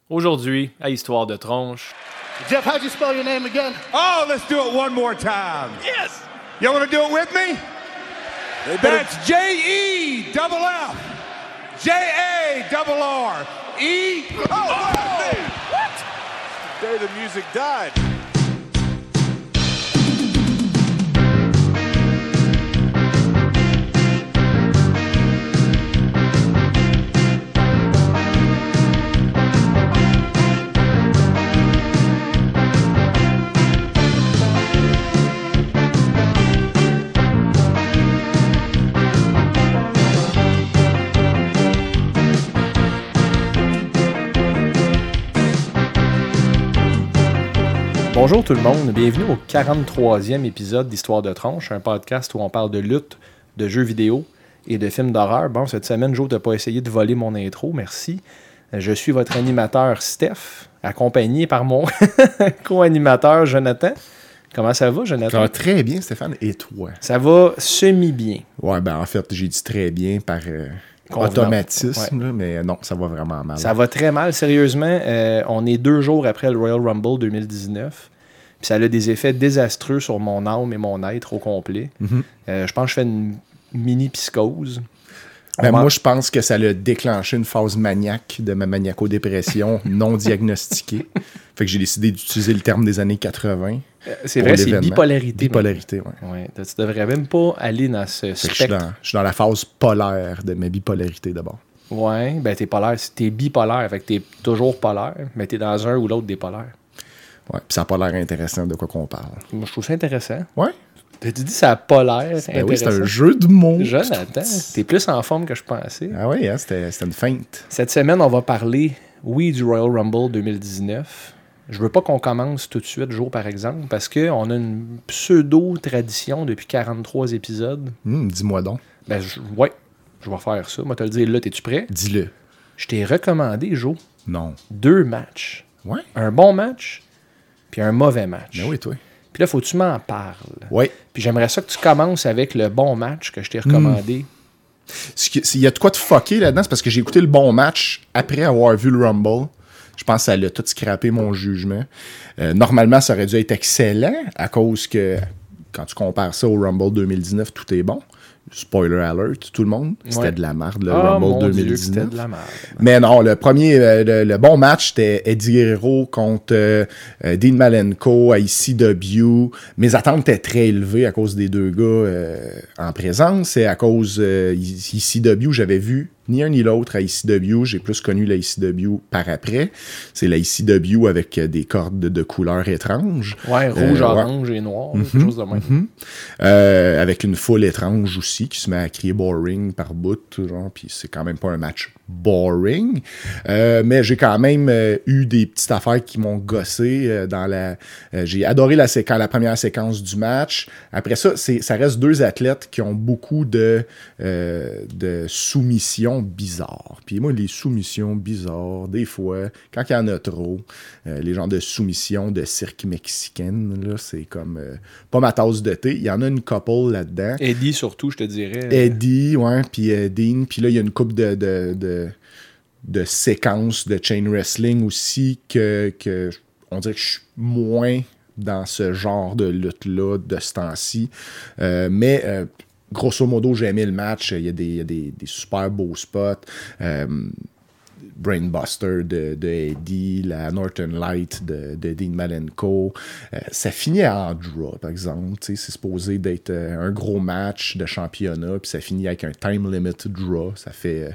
Aujourd'hui, à Histoire de tronche. Jeff, how'd you spell your name again? Oh, let's do it one more time. Yes! You want to do it with me? That's J-E-F-F. J-A-R-R-E. Oh, what? The day the music died. Bonjour tout le monde, bienvenue au 43e épisode d'Histoire de tronche, un podcast où on parle de lutte, de jeux vidéo et de films d'horreur. Bon, cette semaine, Joe, t'as pas essayé de voler mon intro, merci. Je suis votre animateur Steph, accompagné par mon co-animateur Jonathan. Comment ça va, Jonathan? Ça va très bien, Stéphane. Et toi? Ça va semi-bien. Ouais, ben en fait, j'ai dit très bien par automatisme, là, mais non, ça va vraiment mal. Ça va très mal, sérieusement. On est 2 jours après le Royal Rumble 2019. Puis ça a des effets désastreux sur mon âme et mon être au complet. Mm-hmm. Je pense que je fais une mini-psychose. Moi, je pense que ça a déclenché une phase maniaque de ma maniaco-dépression non diagnostiquée. Fait que j'ai décidé d'utiliser le terme des années 80. C'est vrai, c'est bipolarité. Bipolarité, oui. Ouais, tu devrais même pas aller dans ce spectre. Je suis dans la phase polaire de ma bipolarité d'abord. Ouais, ben t'es polaire. T'es bipolaire, fait que t'es toujours polaire, mais t'es dans un ou l'autre des polaires. Ouais, puis ça n'a pas l'air intéressant de quoi qu'on parle. Moi, je trouve ça intéressant. Ouais. T'as-tu dit ça n'a pas l'air intéressant? Ben oui, c'est un jeu de mots. Jonathan, t'es plus en forme que je pensais. Ah oui, hein, c'était une feinte. Cette semaine, on va parler, oui, du Royal Rumble 2019. Je veux pas qu'on commence tout de suite, Joe, par exemple, parce qu'on a une pseudo-tradition depuis 43 épisodes. Dis-moi donc. Ben, ouais, je vais faire ça. Moi, te le dire, là, t'es-tu prêt? Dis-le. Je t'ai recommandé, Joe, Non. 2 matchs. Ouais. Un bon match, puis un mauvais match. Ben oui, toi. Puis là, faut que tu m'en parles. Oui. Puis j'aimerais ça que tu commences avec le bon match que je t'ai recommandé. S'il y a de quoi de fucké là-dedans, c'est parce que j'ai écouté le bon match après avoir vu le Rumble. Je pense que ça l'a tout scrappé mon jugement. Normalement, ça aurait dû être excellent à cause que quand tu compares ça au Rumble 2019, tout est bon. Spoiler alert, tout le monde. C'était de la merde, le Rumble 2019. Dieu, c'était de la merde. Mais non, le premier, le bon match, c'était Eddie Guerrero contre Dean Malenko à ECW. Mes attentes étaient très élevées à cause des deux gars en présence. Et à cause ECW, j'avais vu ni un ni l'autre à ECW. J'ai plus connu la ECW par après. C'est la ECW avec des cordes de couleurs étranges. Ouais, rouge, orange et noir. Quelque chose de même. Avec une foule étrange aussi qui se met à crier boring par bout. Genre, puis c'est quand même pas un match boring. Mais j'ai quand même eu des petites affaires qui m'ont gossé j'ai adoré la première séquence du match. Après ça, ça reste 2 athlètes qui ont beaucoup de soumissions bizarres. Puis moi, les soumissions bizarres, des fois, quand il y en a trop, les genres de soumissions de cirque mexicaine, là, c'est comme pas ma tasse de thé. Il y en a une couple là-dedans. Eddie surtout, je te dirais. Eddie, ouais, puis Dean. Puis là, il y a une couple de séquences de chain wrestling aussi que on dirait que je suis moins dans ce genre de lutte-là de ce temps-ci. Mais grosso modo, j'ai aimé le match. Il y a des super beaux spots. Brainbuster de Eddie, la Northern Light de Dean Malenko. Ça finit en draw, par exemple. C'est supposé d'être un gros match de championnat, puis ça finit avec un time limit draw. Ça fait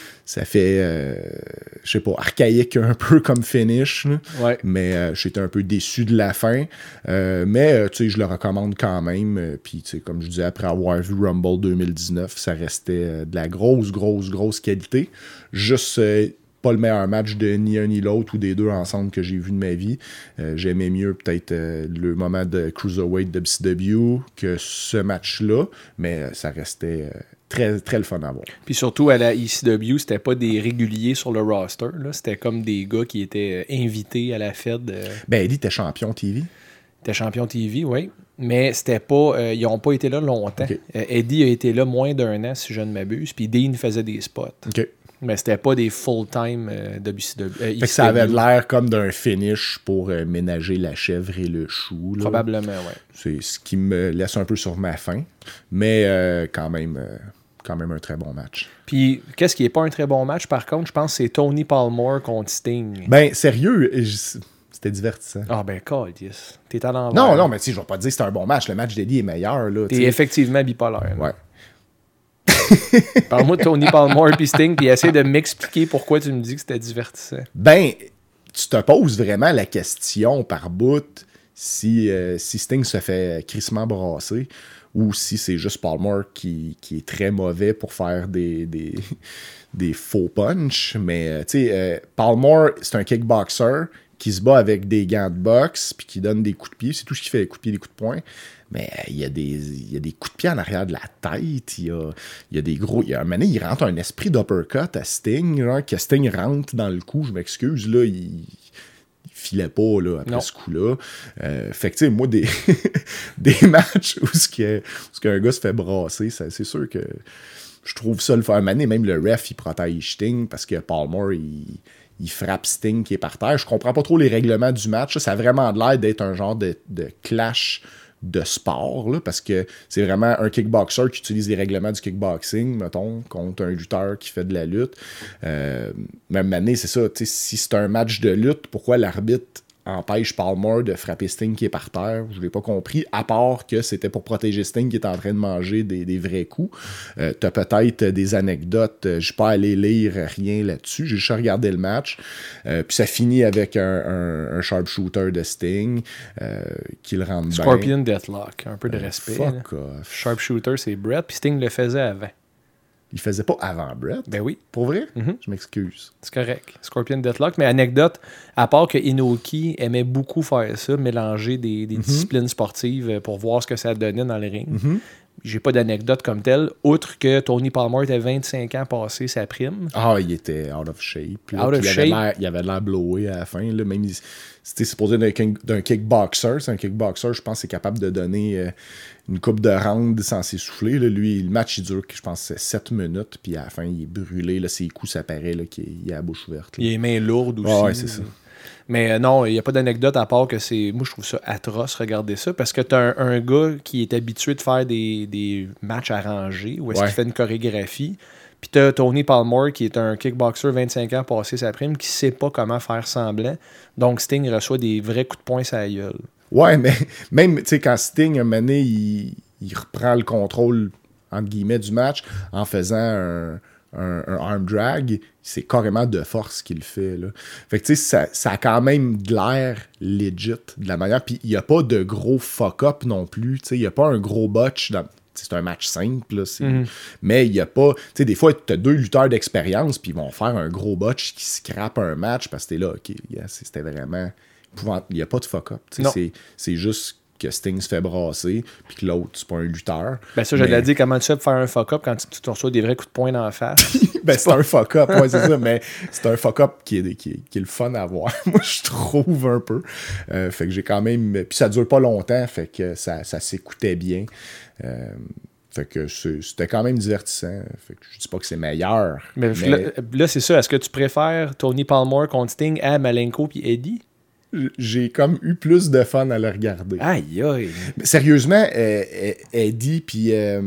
je sais pas, archaïque un peu comme finish. Ouais. Mais j'étais un peu déçu de la fin. Mais je le recommande quand même. Puis comme je disais, après avoir vu Rumble 2019, ça restait de la grosse qualité. Juste pas le meilleur match de ni un ni l'autre ou des deux ensemble que j'ai vu de ma vie. J'aimais mieux peut-être le moment de Cruiserweight WCW que ce match-là, mais ça restait très, très le fun à voir. Puis surtout, à la ECW, c'était pas des réguliers sur le roster. Là. C'était comme des gars qui étaient invités à la Fed. Ben, Eddie était champion TV. Il était champion TV, oui. Mais c'était pas. Ils n'ont pas été là longtemps. Okay. Eddie a été là moins d'1 an, si je ne m'abuse. Puis Dean faisait des spots. OK. Mais c'était pas des full-time WCW. Fait que ça avait l'air comme d'un finish pour ménager la chèvre et le chou. Là. Probablement, oui. C'est ce qui me laisse un peu sur ma faim. Mais quand même un très bon match. Puis, qu'est-ce qui n'est pas un très bon match, par contre, je pense que c'est Tony Palmer contre Sting. Ben, sérieux, c'était divertissant. Ah, ben, God, yes. T'es à l'envers. Non, mais tu sais, je vais pas te dire que c'est un bon match. Le match d'Eddie est meilleur, là. T'es effectivement bipolaire. Ouais. Parle-moi de Tony Palmer et Sting, puis essaie de m'expliquer pourquoi tu me dis que c'était divertissant. Ben, tu te poses vraiment la question par bout si Sting se fait crissement brasser ou si c'est juste Palmer qui est très mauvais pour faire des faux punch. Mais, tu sais, Palmer, c'est un kickboxer qui se bat avec des gants de boxe puis qui donne des coups de pied. C'est tout ce qu'il fait, des coups de pied, des coups de poing. Mais il y a des coups de pied en arrière de la tête. Il y a des gros... un moment donné, il rentre un esprit d'uppercut à Sting. Genre, que Sting rentre dans le coup. Je m'excuse, là, il filait pas là, après ce coup-là. Fait que, tu sais, moi, des matchs où un gars se fait brasser, c'est sûr que je trouve ça le fun. Un moment donné, même le ref, il protège Sting parce que Palmer, il frappe Sting qui est par terre. Je comprends pas trop les règlements du match. Ça a vraiment l'air d'être un genre de clash de sport, là, parce que c'est vraiment un kickboxer qui utilise les règlements du kickboxing, mettons, contre un lutteur qui fait de la lutte. Même année, c'est ça, si c'est un match de lutte, pourquoi l'arbitre empêche Palmer de frapper Sting qui est par terre? Je l'ai pas compris, à part que c'était pour protéger Sting qui est en train de manger des vrais coups. T'as peut-être des anecdotes, je suis pas allé lire rien là-dessus, j'ai juste regardé le match. Puis ça finit avec un sharpshooter de Sting qui le rend bien. Scorpion Deathlock, un peu de respect. Fuck off. Sharpshooter, c'est Brett, puis Sting le faisait avant. Il faisait pas avant Brett? Ben oui. Pour vrai? Mm-hmm. Je m'excuse. C'est correct. Scorpion Deathlock. Mais anecdote, à part que Inoki aimait beaucoup faire ça, mélanger des disciplines sportives pour voir ce que ça donnait dans le ring. J'ai pas d'anecdote comme telle, outre que Tony Palmer était 25 ans passé sa prime. Ah, il était out of shape. Là. Il avait l'air blowé à la fin. Là. Même, c'était supposé d'un kickboxer. C'est un kickboxer, je pense, c'est capable de donner une coupe de round sans s'essouffler. Là. Lui, le match, il dure, je pense, 7 minutes. Puis à la fin, il est brûlé. Là. Ses coups, ça paraît qu'il a la bouche ouverte. Là. Il a les mains lourdes aussi. Ah, ouais, c'est ça. Mais non, il n'y a pas d'anecdote à part que c'est... Moi, je trouve ça atroce, regarder ça, parce que tu as un gars qui est habitué de faire des matchs arrangés, où est-ce qu'il fait une chorégraphie, puis tu as Tony Palmer, qui est un kickboxer 25 ans passé sa prime, qui sait pas comment faire semblant. Donc Sting reçoit des vrais coups de poing sur la gueule. Ouais, mais même, tu sais, quand Sting, un moment donné, il reprend le contrôle, entre guillemets, du match en faisant un arm drag, c'est carrément de force qu'il fait. Là. Fait que tu sais, ça a quand même de l'air legit de la manière. Puis il n'y a pas de gros fuck-up non plus. Il n'y a pas un gros botch dans. C'est un match simple, là, mais il n'y a pas... Tu sais, des fois, tu as 2 lutteurs d'expérience, puis ils vont faire un gros botch qui scrape un match, parce que t'es là, OK, c'était vraiment... Il n'y a pas de fuck-up. C'est juste que Sting se fait brasser, puis que l'autre, c'est pas un lutteur. Ben ça, j'allais dire, comment tu fais pour faire un fuck-up quand tu reçois des vrais coups de poing dans la face? Ben c'est un fuck-up, ouais, c'est ça, mais c'est un fuck-up qui est le fun à voir. Moi, je trouve un peu. Fait que j'ai quand même... Puis ça dure pas longtemps, fait que ça s'écoutait bien. Fait que c'était quand même divertissant. Fait que je dis pas que c'est meilleur. Mais là, c'est ça. Est-ce que tu préfères Tony Palmer contre Sting à Malenko puis Eddie? J'ai comme eu plus de fun à le regarder. Aïe, aïe. Mais sérieusement, Eddie puis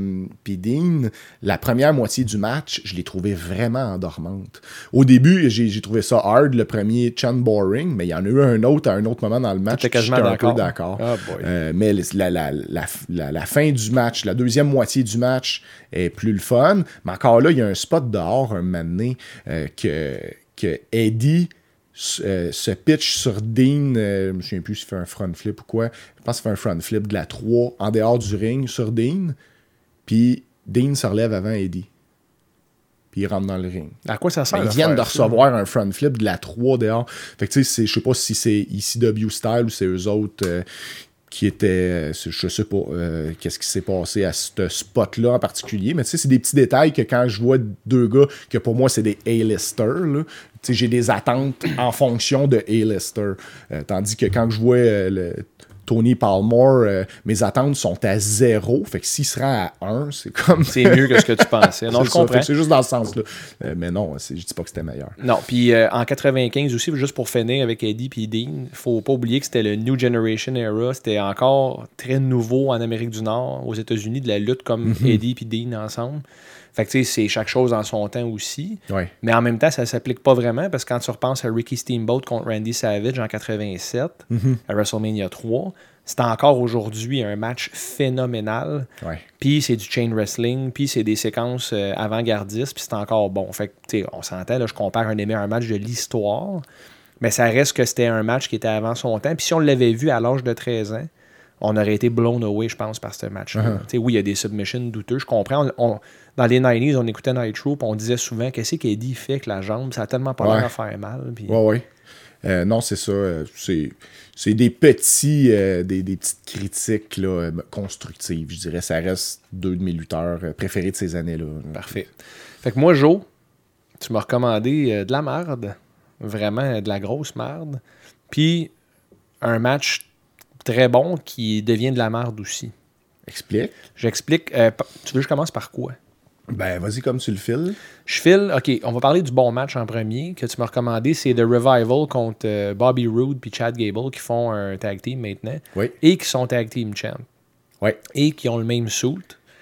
Dean, la première moitié du match, je l'ai trouvé vraiment endormante. Au début, j'ai trouvé ça hard, le premier chant boring, mais il y en a eu un autre à un autre moment dans le match. J'étais un peu d'accord. Oh boy. Mais la fin du match, la deuxième moitié du match est plus le fun. Mais encore là, il y a un spot dehors, un moment donné, que Eddie... se pitch sur Dean, je me souviens plus s'il fait un front flip ou quoi, je pense qu'il fait un front flip de la 3 en dehors du ring sur Dean, puis Dean se relève avant Eddie, puis il rentre dans le ring. À quoi ça sert? Ils viennent de recevoir un front flip de la 3 dehors, fait que tu sais, je sais pas si c'est ECW style ou c'est eux autres qui étaient, je sais pas qu'est-ce qui s'est passé à ce spot-là en particulier, mais tu sais, c'est des petits détails que quand je vois 2 gars, que pour moi c'est des A-listers, là, tu sais, j'ai des attentes en fonction de A-lister, tandis que quand je vois Tony Palmore, mes attentes sont à 0. Fait que s'il se rend à 1, c'est comme... C'est mieux que ce que tu pensais. Non, je comprends. C'est juste dans ce sens-là. Mais non, je dis pas que c'était meilleur. Non, puis en 95 aussi, juste pour finir avec Eddie et Dean, faut pas oublier que c'était le New Generation Era. C'était encore très nouveau en Amérique du Nord, aux États-Unis, de la lutte comme Eddie et Dean ensemble. Fait que tu sais, c'est chaque chose en son temps aussi. Ouais. Mais en même temps, ça s'applique pas vraiment parce que quand tu repenses à Ricky Steamboat contre Randy Savage en 87, à WrestleMania 3, c'est encore aujourd'hui un match phénoménal. Ouais. Puis c'est du chain wrestling, puis c'est des séquences avant-gardistes, puis c'est encore bon. Fait que, tu sais, on s'entend, là, je compare un des meilleurs matchs de l'histoire, mais ça reste que c'était un match qui était avant son temps. Puis si on l'avait vu à l'âge de 13 ans, on aurait été blown away, je pense, par ce match-là. Oui, il y a des submissions douteux, je comprends. Dans les 90s, on écoutait Nitro, puis on disait souvent qu'est-ce qu'Eddie fait avec la jambe, ça a tellement pas l'air à faire mal. Puis... non, c'est ça. C'est des petits, des petites critiques là, constructives, je dirais. Ça reste 2 de mes lutteurs préférés de ces années-là. Parfait. Fait que moi, Joe, tu m'as recommandé de la merde. Vraiment de la grosse merde. Puis un match très bon qui devient de la merde aussi. Explique. J'explique. Tu veux que je commence par quoi? Ben, vas-y comme tu le files. Je file. OK, on va parler du bon match en premier que tu m'as recommandé. C'est The Revival contre Bobby Roode puis Chad Gable qui font un tag team maintenant. Oui. Et qui sont tag team champ. Oui. Et qui ont le même suit.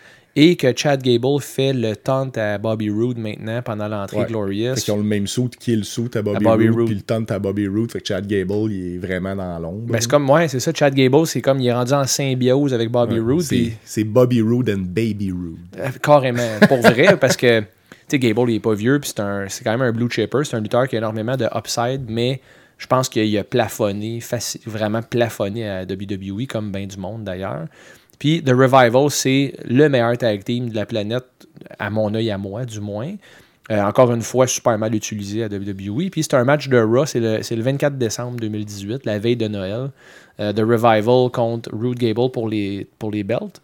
Et que Chad Gable fait le taunt à Bobby Roode maintenant pendant l'entrée Glorious. Fait qu'ils ont le même suit qui est le suit à Bobby Roode, puis le taunt à Bobby Roode. Fait que Chad Gable, il est vraiment dans l'ombre. Ben, c'est comme, c'est ça. Chad Gable, c'est comme, il est rendu en symbiose avec Bobby Roode. C'est Bobby Roode and Baby Roode. Carrément. Pour vrai, parce que, tu sais, Gable, il est pas vieux, puis c'est quand même un blue chipper. C'est un lutteur qui a énormément de upside, mais je pense qu'il a plafonné, vraiment plafonné à WWE, comme bien du monde d'ailleurs. Puis The Revival, c'est le meilleur tag team de la planète, à mon œil à moi, du moins. Encore une fois, super mal utilisé à WWE. Puis c'est un match de Raw, c'est le 24 décembre 2018, la veille de Noël. The Revival contre Roode Gable pour les belts.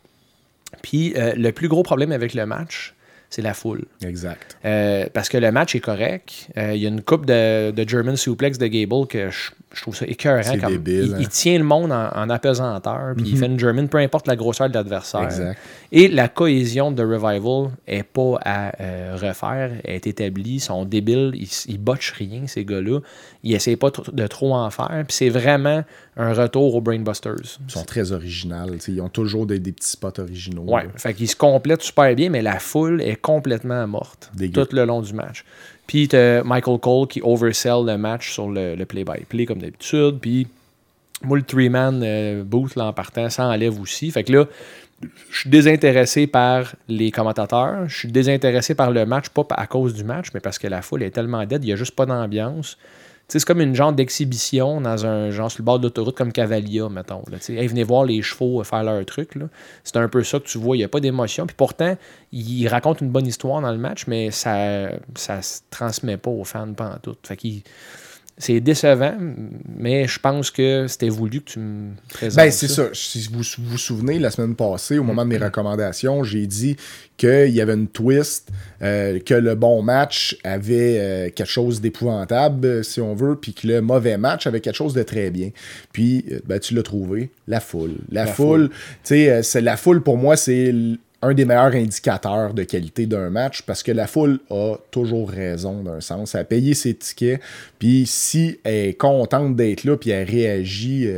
Puis le plus gros problème avec le match, c'est la foule. Exact. Parce que le match est correct. Il y a une coupe de German suplex de Gable que je trouve ça écœurant. C'est débile. Il tient le monde en apesanteur, puis il fait une German, peu importe la grosseur de l'adversaire. Exact. Et la cohésion de Revival n'est pas à refaire, elle est établie. Ils sont débiles, ils botchent rien, ces gars-là. Ils n'essayent pas de trop en faire. Puis c'est vraiment un retour aux Brainbusters. Ils sont très originaux. Ils ont toujours des petits spots originaux. Ouais, fait qu'ils se complètent super bien, mais la foule est complètement morte tout le long du match. Puis t'as Michael Cole qui oversell le match sur le play-by-play comme d'habitude. Puis moi, le 3-man booth là, en partant, ça enlève aussi. Fait que là, je suis désintéressé par les commentateurs. Je suis désintéressé par le match, pas à cause du match, mais parce que la foule est tellement dead, il n'y a juste pas d'ambiance. T'sais, c'est comme une genre d'exhibition dans un genre sur le bord de l'autoroute comme Cavalia, mettons. Là, hey, venez voir les chevaux faire leur truc. Là. C'est un peu ça que tu vois. Il n'y a pas d'émotion. Puis pourtant, ils racontent une bonne histoire dans le match, mais ça se transmet pas aux fans pantoute. Fait qu'il... C'est décevant, mais je pense que c'était voulu que tu me présentes. Ben, c'est ça. Si vous vous souvenez, la semaine passée, au moment de mes recommandations, j'ai dit qu'il y avait une twist, que le bon match avait quelque chose d'épouvantable, si on veut, puis que le mauvais match avait quelque chose de très bien. Puis, ben, tu l'as trouvé, la foule. La foule, tu sais, la foule, pour moi, c'est un des meilleurs indicateurs de qualité d'un match parce que la foule a toujours raison d'un sens. Elle a payé ses tickets, puis si elle est contente d'être là, puis elle réagit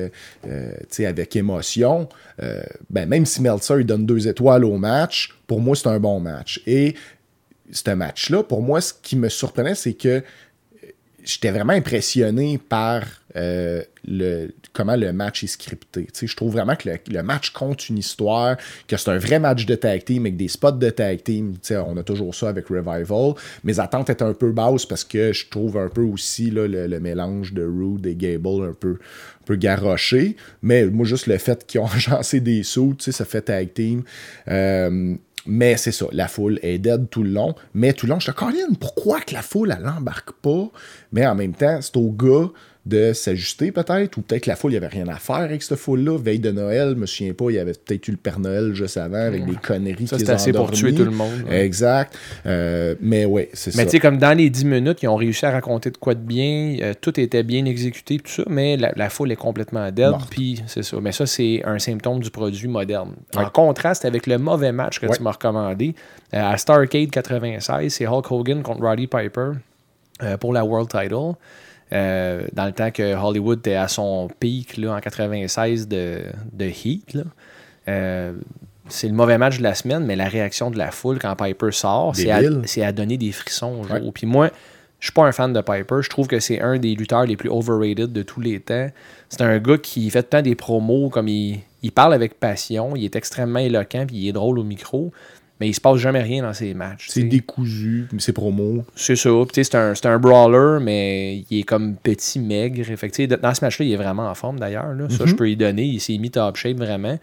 avec émotion, ben même si Meltzer il donne 2 étoiles au match, pour moi, c'est un bon match. Et ce match-là, pour moi, ce qui me surprenait, c'est que j'étais vraiment impressionné par comment le match est scripté. T'sais, je trouve vraiment que le match compte une histoire, que c'est un vrai match de tag team avec des spots de tag team. T'sais, on a toujours ça avec Revival. Mes attentes étaient un peu basses parce que je trouve un peu aussi là, le mélange de Roode et Gable un peu garroché. Mais moi, juste le fait qu'ils ont agencé des sous, ça fait tag team. Mais c'est ça, la foule est dead tout le long. Mais tout le long, je te Colin, pourquoi que la foule, elle l'embarque pas? Mais en même temps, c'est au gars de s'ajuster peut-être, ou peut-être que la foule, il n'y avait rien à faire avec cette foule-là. Veille de Noël, je me souviens pas, il y avait peut-être eu le Père Noël juste avant avec des conneries ça, qu'ils c'était ont assez pour tuer tout le monde. Ouais. Exact. Mais ouais, c'est ça. Mais tu sais, comme dans les 10 minutes, ils ont réussi à raconter de quoi de bien, tout était bien exécuté, tout ça, mais la foule est complètement dead, puis c'est ça. Mais ça, c'est un symptôme du produit moderne. En contraste avec le mauvais match que tu m'as recommandé, à Starrcade 96, c'est Hulk Hogan contre Roddy Piper pour la World Title. Dans le temps que Hollywood était à son pic là, en 96 de Heat. C'est le mauvais match de la semaine, mais la réaction de la foule quand Piper sort, c'est à donner des frissons au jour. Puis moi, je suis pas un fan de Piper. Je trouve que c'est un des lutteurs les plus overrated de tous les temps. C'est un gars qui fait tout le temps des promos, comme il parle avec passion, il est extrêmement éloquent, puis il est drôle au micro. Mais il se passe jamais rien dans ses matchs. C'est décousu, ses promos. C'est ça. C'est un brawler, mais il est comme petit, maigre. Fait que, dans ce match-là, il est vraiment en forme d'ailleurs. Ça, je peux y donner. Il s'est mis top shape vraiment.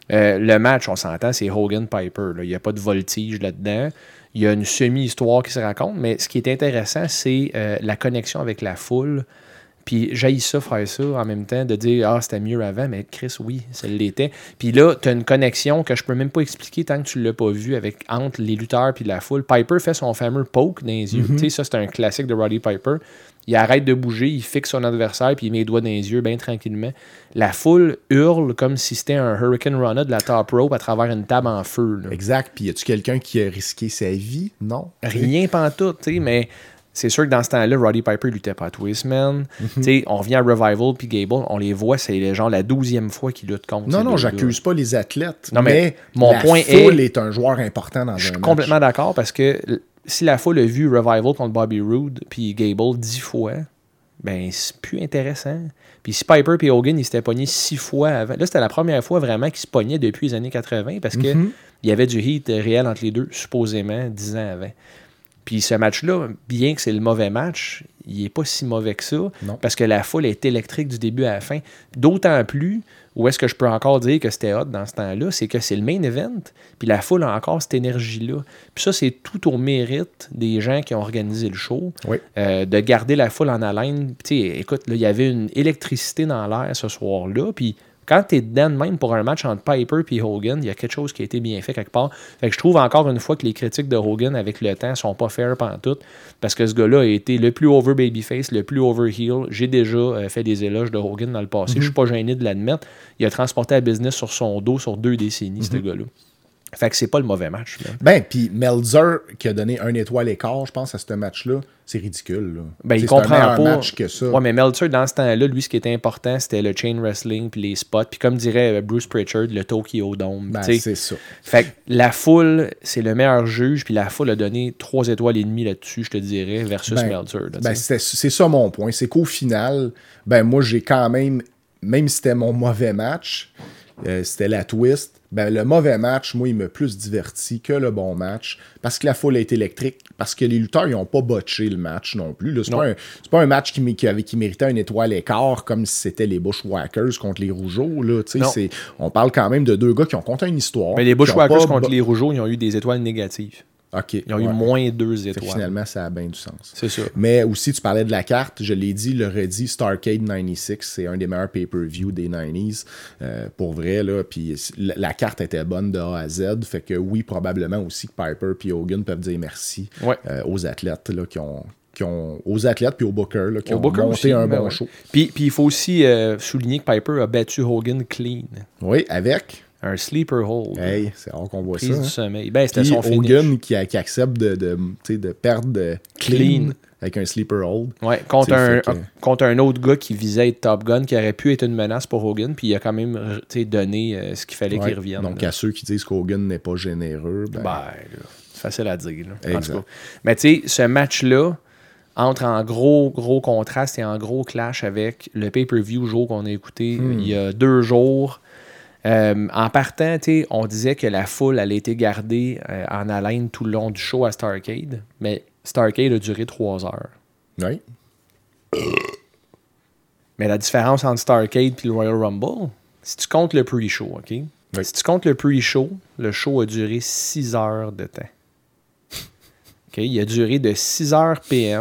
Le match, on s'entend, c'est Hogan-Piper. Il n'y a pas de voltige là-dedans. Il y a une semi-histoire qui se raconte. Mais ce qui est intéressant, c'est la connexion avec la foule. Puis j'haïs ça, faire ça en même temps, de dire « Ah, c'était mieux avant », mais Chris, oui, ça l'était. Puis là, tu as une connexion que je peux même pas expliquer tant que tu l'as pas vu entre les lutteurs puis la foule. Piper fait son fameux poke dans les yeux. Tu sais, ça, c'est un classique de Roddy Piper. Il arrête de bouger, il fixe son adversaire puis il met les doigts dans les yeux bien tranquillement. La foule hurle comme si c'était un Hurricane Rana de la top rope à travers une table en feu. Là. Exact. Puis y a-tu quelqu'un qui a risqué sa vie? Non. Rien pantoute, tu sais, mais... C'est sûr que dans ce temps-là, Roddy Piper luttait pas à Twistman. On revient à Revival puis Gable, on les voit, c'est genre la 12e fois qu'ils luttent contre. Non, j'accuse pas les athlètes. Non, mais mon point foule est un joueur important dans un match. Je suis complètement d'accord parce que si la foule a vu Revival contre Bobby Roode puis Gable 10 fois, ben c'est plus intéressant. Puis si Piper et Hogan, ils s'étaient pognés 6 fois avant. Là, c'était la première fois vraiment qu'ils se pognaient depuis les années 80 parce que il y avait du heat réel entre les deux, supposément, 10 ans avant. Puis ce match-là, bien que c'est le mauvais match, il n'est pas si mauvais que ça, parce que la foule est électrique du début à la fin. D'autant plus, où est-ce que je peux encore dire que c'était hot dans ce temps-là, c'est que c'est le main event, puis la foule a encore cette énergie-là. Puis ça, c'est tout au mérite des gens qui ont organisé le show, de garder la foule en haleine. Puis écoute, il y avait une électricité dans l'air ce soir-là, puis quand tu es dedans de même pour un match entre Piper et Hogan, il y a quelque chose qui a été bien fait quelque part. Fait que je trouve encore une fois que les critiques de Hogan avec le temps sont pas fair pantoute, parce que ce gars-là a été le plus over babyface, le plus over heel. J'ai déjà fait des éloges de Hogan dans le passé. Je suis pas gêné de l'admettre. Il a transporté la business sur son dos sur 2 décennies, ce gars-là. Fait que c'est pas le mauvais match. Puis Meltzer, qui a donné 1 étoile et quart, je pense, à ce match-là, c'est ridicule. Là. Ben, il comprend pas. Match que ça. Ouais, mais Meltzer, dans ce temps-là, lui, ce qui était important, c'était le chain wrestling puis les spots. Puis comme dirait Bruce Pritchard, le Tokyo Dome. Ben, c'est ça. Fait que la foule, c'est le meilleur juge, puis la foule a donné 3 étoiles et demie là-dessus, je te dirais, versus Meltzer. Là, c'est ça mon point. C'est qu'au final, moi, j'ai quand même si c'était mon mauvais match, c'était la twist, le mauvais match, moi, il m'a plus diverti que le bon match, parce que la foule est électrique, parce que les lutteurs, ils n'ont pas botché le match non plus. Là, c'est pas un match qui méritait 1 étoile et quart, comme si c'était les Bushwhackers contre les Rougeaux. Là, on parle quand même de 2 gars qui ont conté une histoire. Mais les Bushwhackers contre les Rougeaux, ils ont eu des étoiles négatives. Okay, ils ont eu moins 2 étoiles. Finalement, ça a bien du sens. C'est ça. Mais aussi, tu parlais de la carte. Je l'ai dit, le redit, Starrcade 96, c'est un des meilleurs pay-per-view des 90s. Pour vrai, là. Puis la carte était bonne de A à Z. Fait que oui, probablement aussi que Piper et Hogan peuvent dire merci aux athlètes là, aux athlètes puis aux bookers là, qui ont monté aussi, un bon show. Puis il faut aussi souligner que Piper a battu Hogan clean. Oui, avec... un sleeper hold. Hey, c'est rare qu'on voit prise ça. Du sommeil. C'était son finish. Hogan qui accepte de perdre clean avec un sleeper hold. Ouais, contre un autre gars qui visait être Top Gun, qui aurait pu être une menace pour Hogan, puis il a quand même donné ce qu'il fallait qu'il revienne. Donc, à ceux qui disent qu'Hogan n'est pas généreux, c'est facile à dire. Là, en tout cas. Mais tu sais, ce match-là entre en gros contraste et en gros clash avec le pay-per-view jour qu'on a écouté il y a 2 jours. En partant, on disait que la foule allait été gardée en haleine tout le long du show à Starrcade, mais Starrcade a duré 3 heures. Oui. Mais la différence entre Starrcade et le Royal Rumble, si tu comptes le pre-show, OK? Oui. Si tu comptes le pre-show, le show a duré 6 heures de temps. OK? Il a duré de 6 heures PM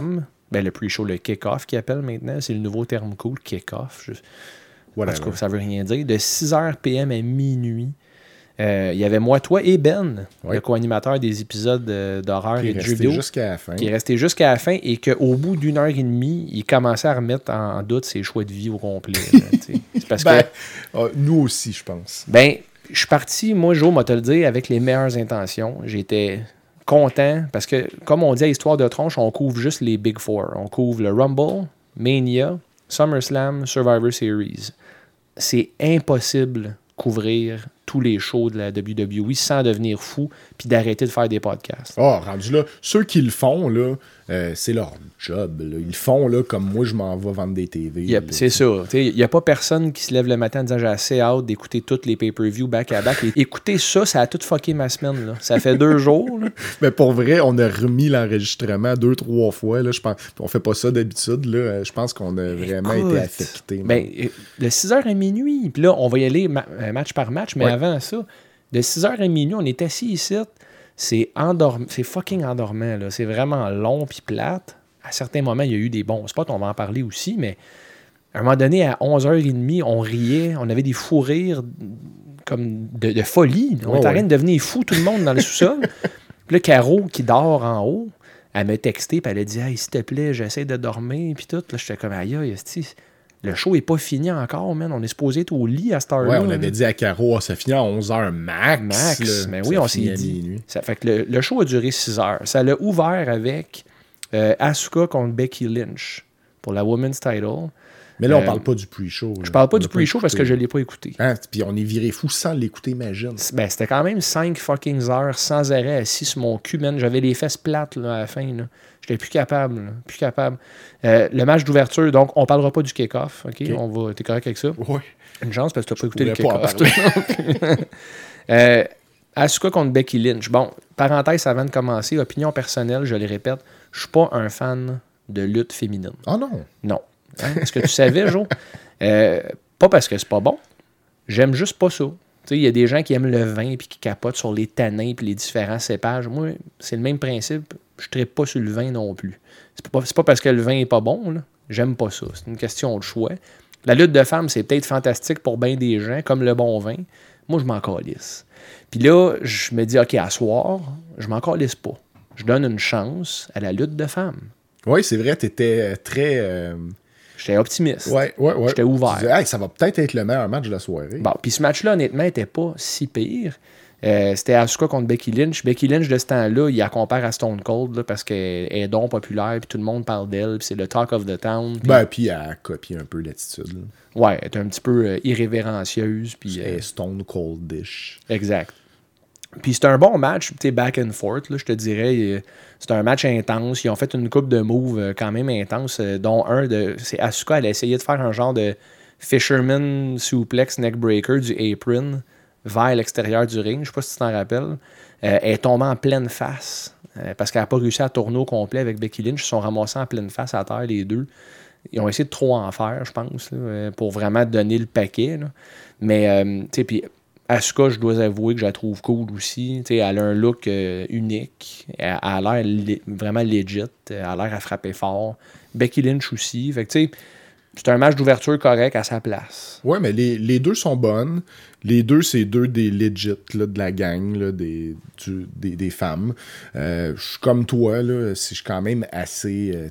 Ben, le pre-show, le kick-off qu'ils appellent maintenant, c'est le nouveau terme cool, kick-off. Parce que ça veut rien dire. De 6h PM à minuit, il y avait moi, toi et Ben, le co-animateur des épisodes d'horreur et de jeux vidéo, qui est resté jusqu'à la fin et qu'au bout d'une heure et demie, il commençait à remettre en doute ses choix de vie au complet. C'est parce que nous aussi, je pense. Ben, je suis parti, moi, Joe, m'a te le dire, avec les meilleures intentions. J'étais content parce que, comme on dit à Histoire de Tronche, on couvre juste les Big Four. On couvre le Rumble, Mania, SummerSlam, Survivor Series. C'est impossible couvrir tous les shows de la WWE sans devenir fou puis d'arrêter de faire des podcasts. Rendu là, ceux qui le font, là, c'est leur job. Là. Ils le font là, comme moi, je m'en vais vendre des TV. C'est ça. Il n'y a pas personne qui se lève le matin en disant « J'ai assez hâte d'écouter toutes les pay-per-views back-à-back. » Écouter ça a tout fucké ma semaine. Là. Ça fait 2 jours. Là. Mais pour vrai, on a remis l'enregistrement 2-3 fois. Là, je pense, on fait pas ça d'habitude. Là. Je pense qu'on a vraiment été affectés. De 6h à minuit. Puis là, on va y aller match par match. Mais avant ça, de 6h à minuit, on est assis ici. C'est fucking endormant. Là. C'est vraiment long puis plate. À certains moments, il y a eu des bons spots. On va en parler aussi. Mais à un moment donné, à 11h30, on riait. On avait des fous rires comme de folie. On était en train de devenir fou, tout le monde, dans le sous-sol. Puis là, Caro, qui dort en haut, elle m'a texté. Puis elle a dit « Hey, s'il te plaît, j'essaie de dormir. » Puis tout. Là, j'étais comme « Aïe, le show est pas fini encore, man. On est supposé être au lit à cette heure-là. » Ouais, on avait dit à Caro, ça finit à 11h max. Mais oui, on s'est dit. Ça fait que le show a duré 6 heures. Ça l'a ouvert avec Asuka contre Becky Lynch pour la Women's Title. Mais là, on parle pas du pre-show. Je parle pas du pre-show parce que je l'ai pas écouté. Puis on est viré fou sans l'écouter, imagine. C'était quand même 5 fucking heures sans arrêt assis sur mon cul, man. J'avais les fesses plates là, à la fin. Là. J'étais plus capable. Le match d'ouverture, donc, on parlera pas du kick-off. Okay? T'es correct avec ça? Oui. Une chance parce que t'as pas écouté le kick-off. Asuka contre Becky Lynch. Bon, parenthèse avant de commencer, opinion personnelle, je le répète, je suis pas un fan de lutte féminine. Ah non? Non. Est-ce que tu savais, Jo? Pas parce que c'est pas bon. J'aime juste pas ça. Il y a des gens qui aiment le vin et qui capotent sur les tanins et les différents cépages. Moi, c'est le même principe. Je ne trippe pas sur le vin non plus. C'est pas parce que le vin est pas bon. Là. J'aime pas ça. C'est une question de choix. La lutte de femmes, c'est peut-être fantastique pour bien des gens, comme le bon vin. Moi, je m'en calisse. Puis là, je me dis, OK, à soir, je m'en calisse pas. Je donne une chance à la lutte de femmes. Oui, c'est vrai, t'étais très... J'étais optimiste. Ouais. J'étais ouvert. Tu disais, ça va peut-être être le meilleur match de la soirée. Bon, puis ce match-là, honnêtement, n'était pas si pire. C'était Asuka contre Becky Lynch. Becky Lynch, de ce temps-là, il la compare à Stone Cold là, parce qu'elle est donc populaire, puis tout le monde parle d'elle, puis c'est le talk of the town. Puis elle a copié un peu l'attitude. Là. Ouais, elle est un petit peu irrévérencieuse. Puis Stone Cold-ish. Exact. Puis c'est un bon match, tu sais, back and forth, là, je te dirais. C'est un match intense. Ils ont fait une coupe de moves quand même intense, dont c'est Asuka, elle a essayé de faire un genre de Fisherman Suplex Neckbreaker du apron vers l'extérieur du ring. Je sais pas si tu t'en rappelles. Elle est tombée en pleine face parce qu'elle n'a pas réussi à tourner au complet avec Becky Lynch. Ils se sont ramassés en pleine face à terre, les deux. Ils ont essayé de trop en faire, je pense, là, pour vraiment donner le paquet. Là. Mais, tu sais, puis Asuka, je dois avouer que je la trouve cool aussi. T'sais, elle a un look unique. Elle a l'air vraiment legit. Elle a l'air à frapper fort. Becky Lynch aussi. Fait que, tu sais, c'est un match d'ouverture correct à sa place. Ouais, mais les deux sont bonnes. Les deux, c'est deux des legit là, de la gang, là, des femmes. Je suis comme toi, là, je suis quand même assez...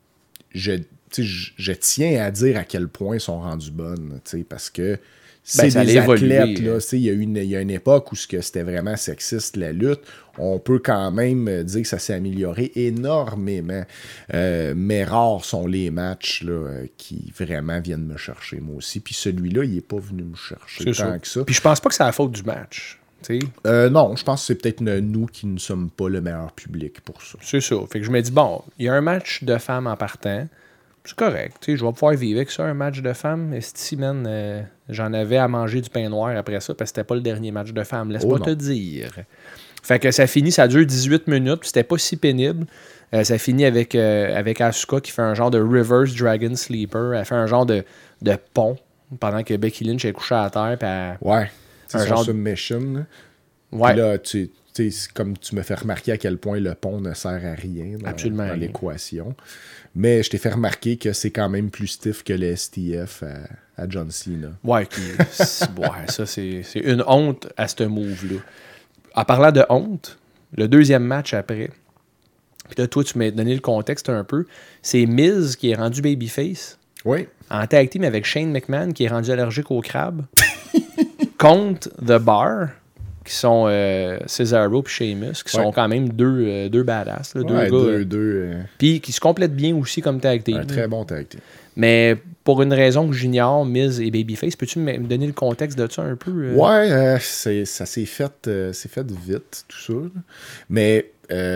je tiens à dire à quel point elles sont rendues bonnes. Parce que c'est des athlètes. Là, il y a une époque où c'était vraiment sexiste, la lutte. On peut quand même dire que ça s'est amélioré énormément. Mais rares sont les matchs là, qui vraiment viennent me chercher, moi aussi. Puis celui-là, il n'est pas venu me chercher tant que ça. Puis je pense pas que c'est la faute du match. Non, je pense que c'est peut-être nous qui ne sommes pas le meilleur public pour ça. C'est ça. Fait que je me dis, bon, il y a un match de femmes en partant. C'est correct. Je vais pouvoir vivre avec ça, un match de femmes. Esti, man, j'en avais à manger du pain noir après ça parce que c'était pas le dernier match de femmes. Laisse-moi te dire. Fait que ça finit, ça dure 18 minutes, puis c'était pas si pénible. Ça finit avec Asuka qui fait un genre de reverse Dragon Sleeper. Elle fait un genre de pont pendant que Becky Lynch est couchée à terre. Ouais, c'est son submission. Ouais. Puis là, tu comme tu me fais remarquer à quel point le pont ne sert à rien dans l'équation. Mais je t'ai fait remarquer que c'est quand même plus stiff que le STF à John Cena. Ouais, ça, c'est une honte à ce move-là. En parlant de honte, le deuxième match après, puis là, toi, tu m'as donné le contexte un peu, c'est Miz qui est rendu babyface. Oui. En tag team avec Shane McMahon qui est rendu allergique au crabe. Contre The Bar, qui sont Cesaro et Sheamus, qui sont quand même deux badass. Là, deux gars. Puis qui se complètent bien aussi comme tag team. Un très bon tag team. Mais pour une raison que j'ignore, Miz et Babyface, peux-tu me donner le contexte de ça un peu? Ouais, ça s'est fait vite, tout ça. Là. Mais,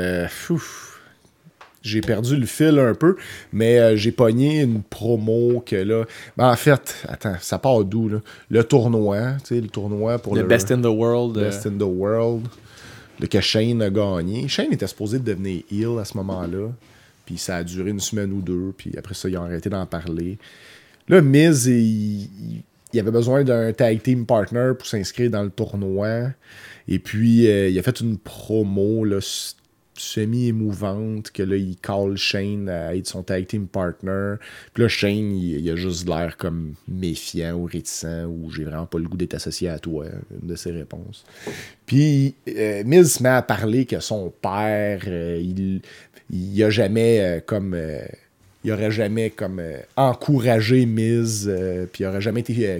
j'ai perdu le fil un peu, mais j'ai pogné une promo que là... Ben, en fait, attends, ça part d'où, là? Le tournoi, tu sais, le tournoi pour le Best in the World. Best in the World, que Shane a gagné. Shane était supposé devenir heel à ce moment-là, puis ça a duré une semaine ou deux, puis après ça, ils ont arrêté d'en parler. Là, Miz, il avait besoin d'un tag team partner pour s'inscrire dans le tournoi, et puis il a fait une promo, là, semi-émouvante, que là, il call Shane à être son tag team partner. Puis là, Shane, il a juste l'air comme méfiant ou réticent, ou j'ai vraiment pas le goût d'être associé à toi, une de ses réponses. Puis Miz se met à parler que son père, il a jamais il aurait jamais encouragé Miz, puis il aurait jamais été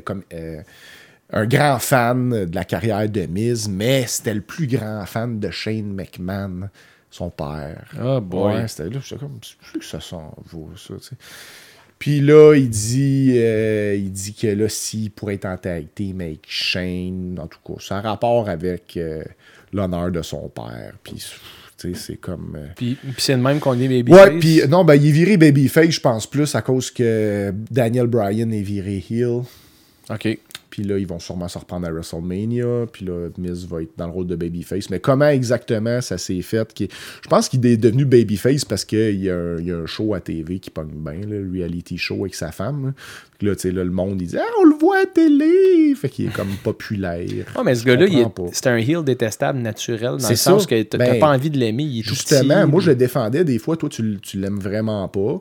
un grand fan de la carrière de Miz, mais c'était le plus grand fan de Shane McMahon, son père. Ah, boy. Ouais, c'était là, j'étais comme, c'est plus que ça s'en vaut, ça, tu sais. Puis là, il dit que là, s'il pourrait être en tag team avec Shane, en tout cas, ça a rapport avec l'honneur de son père. Puis, tu sais, c'est comme... Puis c'est le même qu'on est babyface. Ouais, puis non, ben, il est viré babyface, je pense plus, à cause que Daniel Bryan est viré heel. OK. Puis là, ils vont sûrement se reprendre à WrestleMania. Puis là, Miz va être dans le rôle de babyface. Mais comment exactement ça s'est fait? Je pense qu'il est devenu babyface parce qu'il y a un show à TV qui pogne bien, le reality show avec sa femme. Puis là, tu sais, le monde, il dit « Ah, on le voit à télé! » Fait qu'il est comme populaire. Ah, mais ce gars-là, c'est un heel détestable naturel, dans le sens que t'as pas envie de l'aimer, il est justement, tout petit. Moi, je le défendais des fois. Toi, tu l'aimes vraiment pas.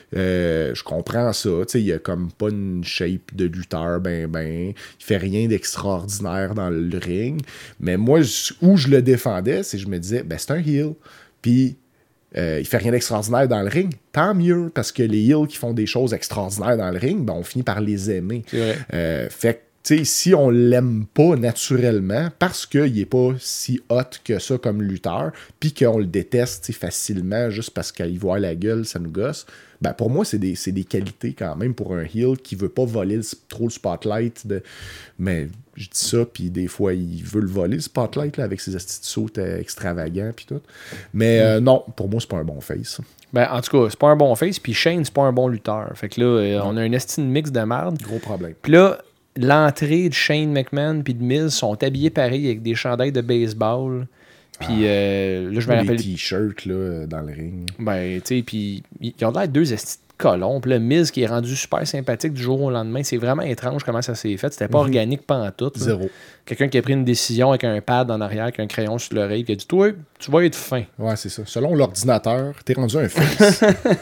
Je comprends ça. Tu sais, il a comme pas une shape de lutteur, il fait rien d'extraordinaire dans le ring. Mais moi, où je le défendais, c'est que je me disais, c'est un heel. Puis, il fait rien d'extraordinaire dans le ring. Tant mieux, parce que les heels qui font des choses extraordinaires dans le ring, on finit par les aimer. Fait que, tu sais, si on l'aime pas naturellement, parce qu'il est pas si hot que ça comme lutteur, puis qu'on le déteste facilement juste parce qu'il voit la gueule, ça nous gosse, pour moi, c'est des qualités quand même pour un heel qui veut pas voler trop le spotlight. Mais je dis ça, puis des fois, il veut le voler, le spotlight, là, avec ses astuces de saut extravagants, puis tout. Mais non, pour moi, c'est pas un bon face. En tout cas, c'est pas un bon face, puis Shane, c'est pas un bon lutteur. Fait que là, on a un estime mix de merde. Gros problème. Puis là, l'entrée de Shane McMahon puis de Miz sont habillés pareil avec des chandails de baseball. Puis là, je me rappelle. Des t-shirts là, dans le ring. Tu sais, puis ils ont l'air deux estis de colons. Puis là, Miz qui est rendu super sympathique du jour au lendemain. C'est vraiment étrange comment ça s'est fait. C'était pas organique pantoute. Zéro. Quelqu'un qui a pris une décision avec un pad en arrière, avec un crayon sur l'oreille, qui a dit toi, tu vas être fin. Ouais, c'est ça. Selon l'ordinateur, t'es rendu un face.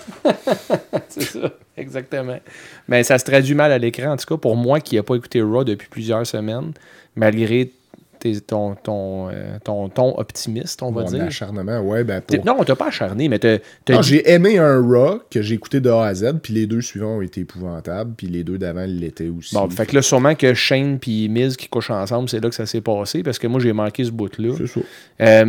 C'est ça, exactement. Mais ça se traduit mal à l'écran, en tout cas, pour moi qui n'ai pas écouté Raw depuis plusieurs semaines, malgré ton ton optimiste, on va dire. Mon acharnement, ouais. Non, on t'a pas acharné, mais j'ai aimé un Raw que j'ai écouté de A à Z, puis les deux suivants ont été épouvantables, puis les deux d'avant l'étaient aussi. Bon, fait que là, sûrement que Shane puis Miz qui couchent ensemble, c'est là que ça s'est passé, parce que moi, j'ai manqué ce bout-là. C'est ça.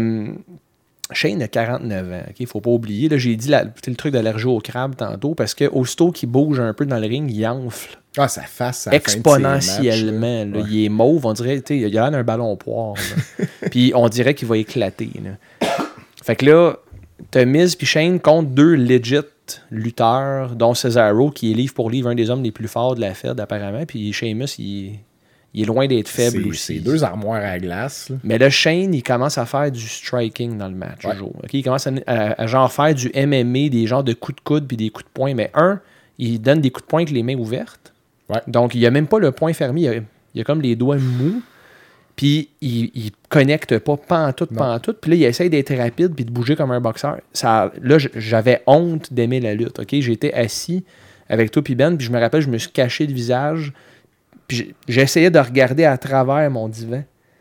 Shane a 49 ans, il faut pas oublier. Là, j'ai dit le truc d'allergie au crabe tantôt, parce qu'aussitôt qu'il bouge un peu dans le ring, il enfle. Ah, sa face, exponentiellement. Là, il est mauve, on dirait, il a l'air d'un ballon poire. Puis on dirait qu'il va éclater. Là. Fait que là, t'as Miz puis Shane contre deux legit lutteurs, dont Cesaro, qui est livre pour livre un des hommes les plus forts de la Fed, apparemment. Puis Sheamus, il est loin d'être faible aussi. C'est deux armoires à glace. Là. Mais là, Shane, il commence à faire du striking dans le match. Okay? Il commence à genre faire du MMA, des genres de coups de coude puis des coups de poing. Mais il donne des coups de poing avec les mains ouvertes. Ouais. Donc, il n'y a même pas le poing fermé. Il y a comme les doigts mous. Puis il connecte pas pantoute. Puis là, il essaye d'être rapide puis de bouger comme un boxeur. Là, j'avais honte d'aimer la lutte. OK? J'étais assis avec toi puis Ben, puis je me rappelle, je me suis caché le visage. Puis j'essayais de regarder à travers mon divan.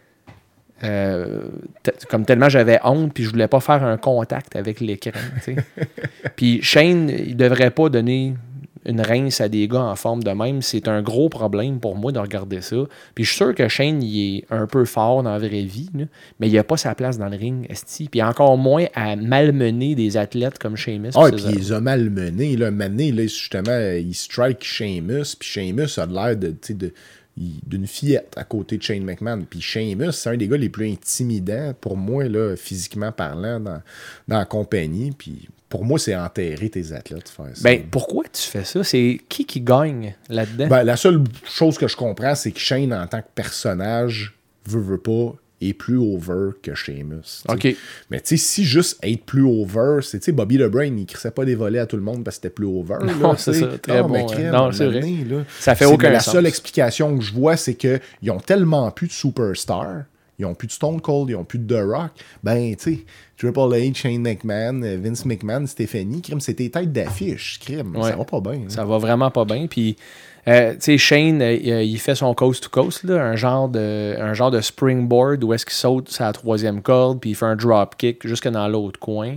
Comme tellement j'avais honte, puis je voulais pas faire un contact avec l'écran. Puis Shane, il devrait pas donner une rince à des gars en forme de même. C'est un gros problème pour moi de regarder ça. Puis je suis sûr que Shane, il est un peu fort dans la vraie vie, là, mais il a pas sa place dans le ring, esti. Puis encore moins à malmener des athlètes comme Sheamus. Ah, puis il les a malmenés. Là, mané, là, justement, il strike Sheamus, puis Sheamus a l'air d'une fillette à côté de Shane McMahon. Puis Sheamus, c'est un des gars les plus intimidants pour moi, là, physiquement parlant, dans la compagnie. Puis pour moi, c'est enterrer tes athlètes, faire ça. Ben, pourquoi tu fais ça? C'est qui gagne là-dedans? Ben, la seule chose que je comprends, c'est que Shane, en tant que personnage, veut pas, est plus over que Sheamus. OK. Mais tu sais, si juste être plus over, c'est, tu sais, Bobby the Brain, il crissait pas des volets à tout le monde parce que c'était plus over. Non, là, c'est ça. Très bon. Non, c'est vrai. Là, ça fait aucun la sens. seule explication que je vois, c'est qu'ils ont tellement plus de superstars, ils ont plus de Stone Cold, ils ont plus de The Rock. Ben, tu sais, Triple H, Shane McMahon, Vince McMahon, Stéphanie, crime, c'est tes têtes d'affiche, crime. Ouais. Ça va pas bien. Ça va vraiment pas bien. Puis, tu sais, Shane, il fait son coast-to-coast, là, un genre de springboard où est-ce qu'il saute sa troisième corde, puis il fait un drop-kick jusque dans l'autre coin.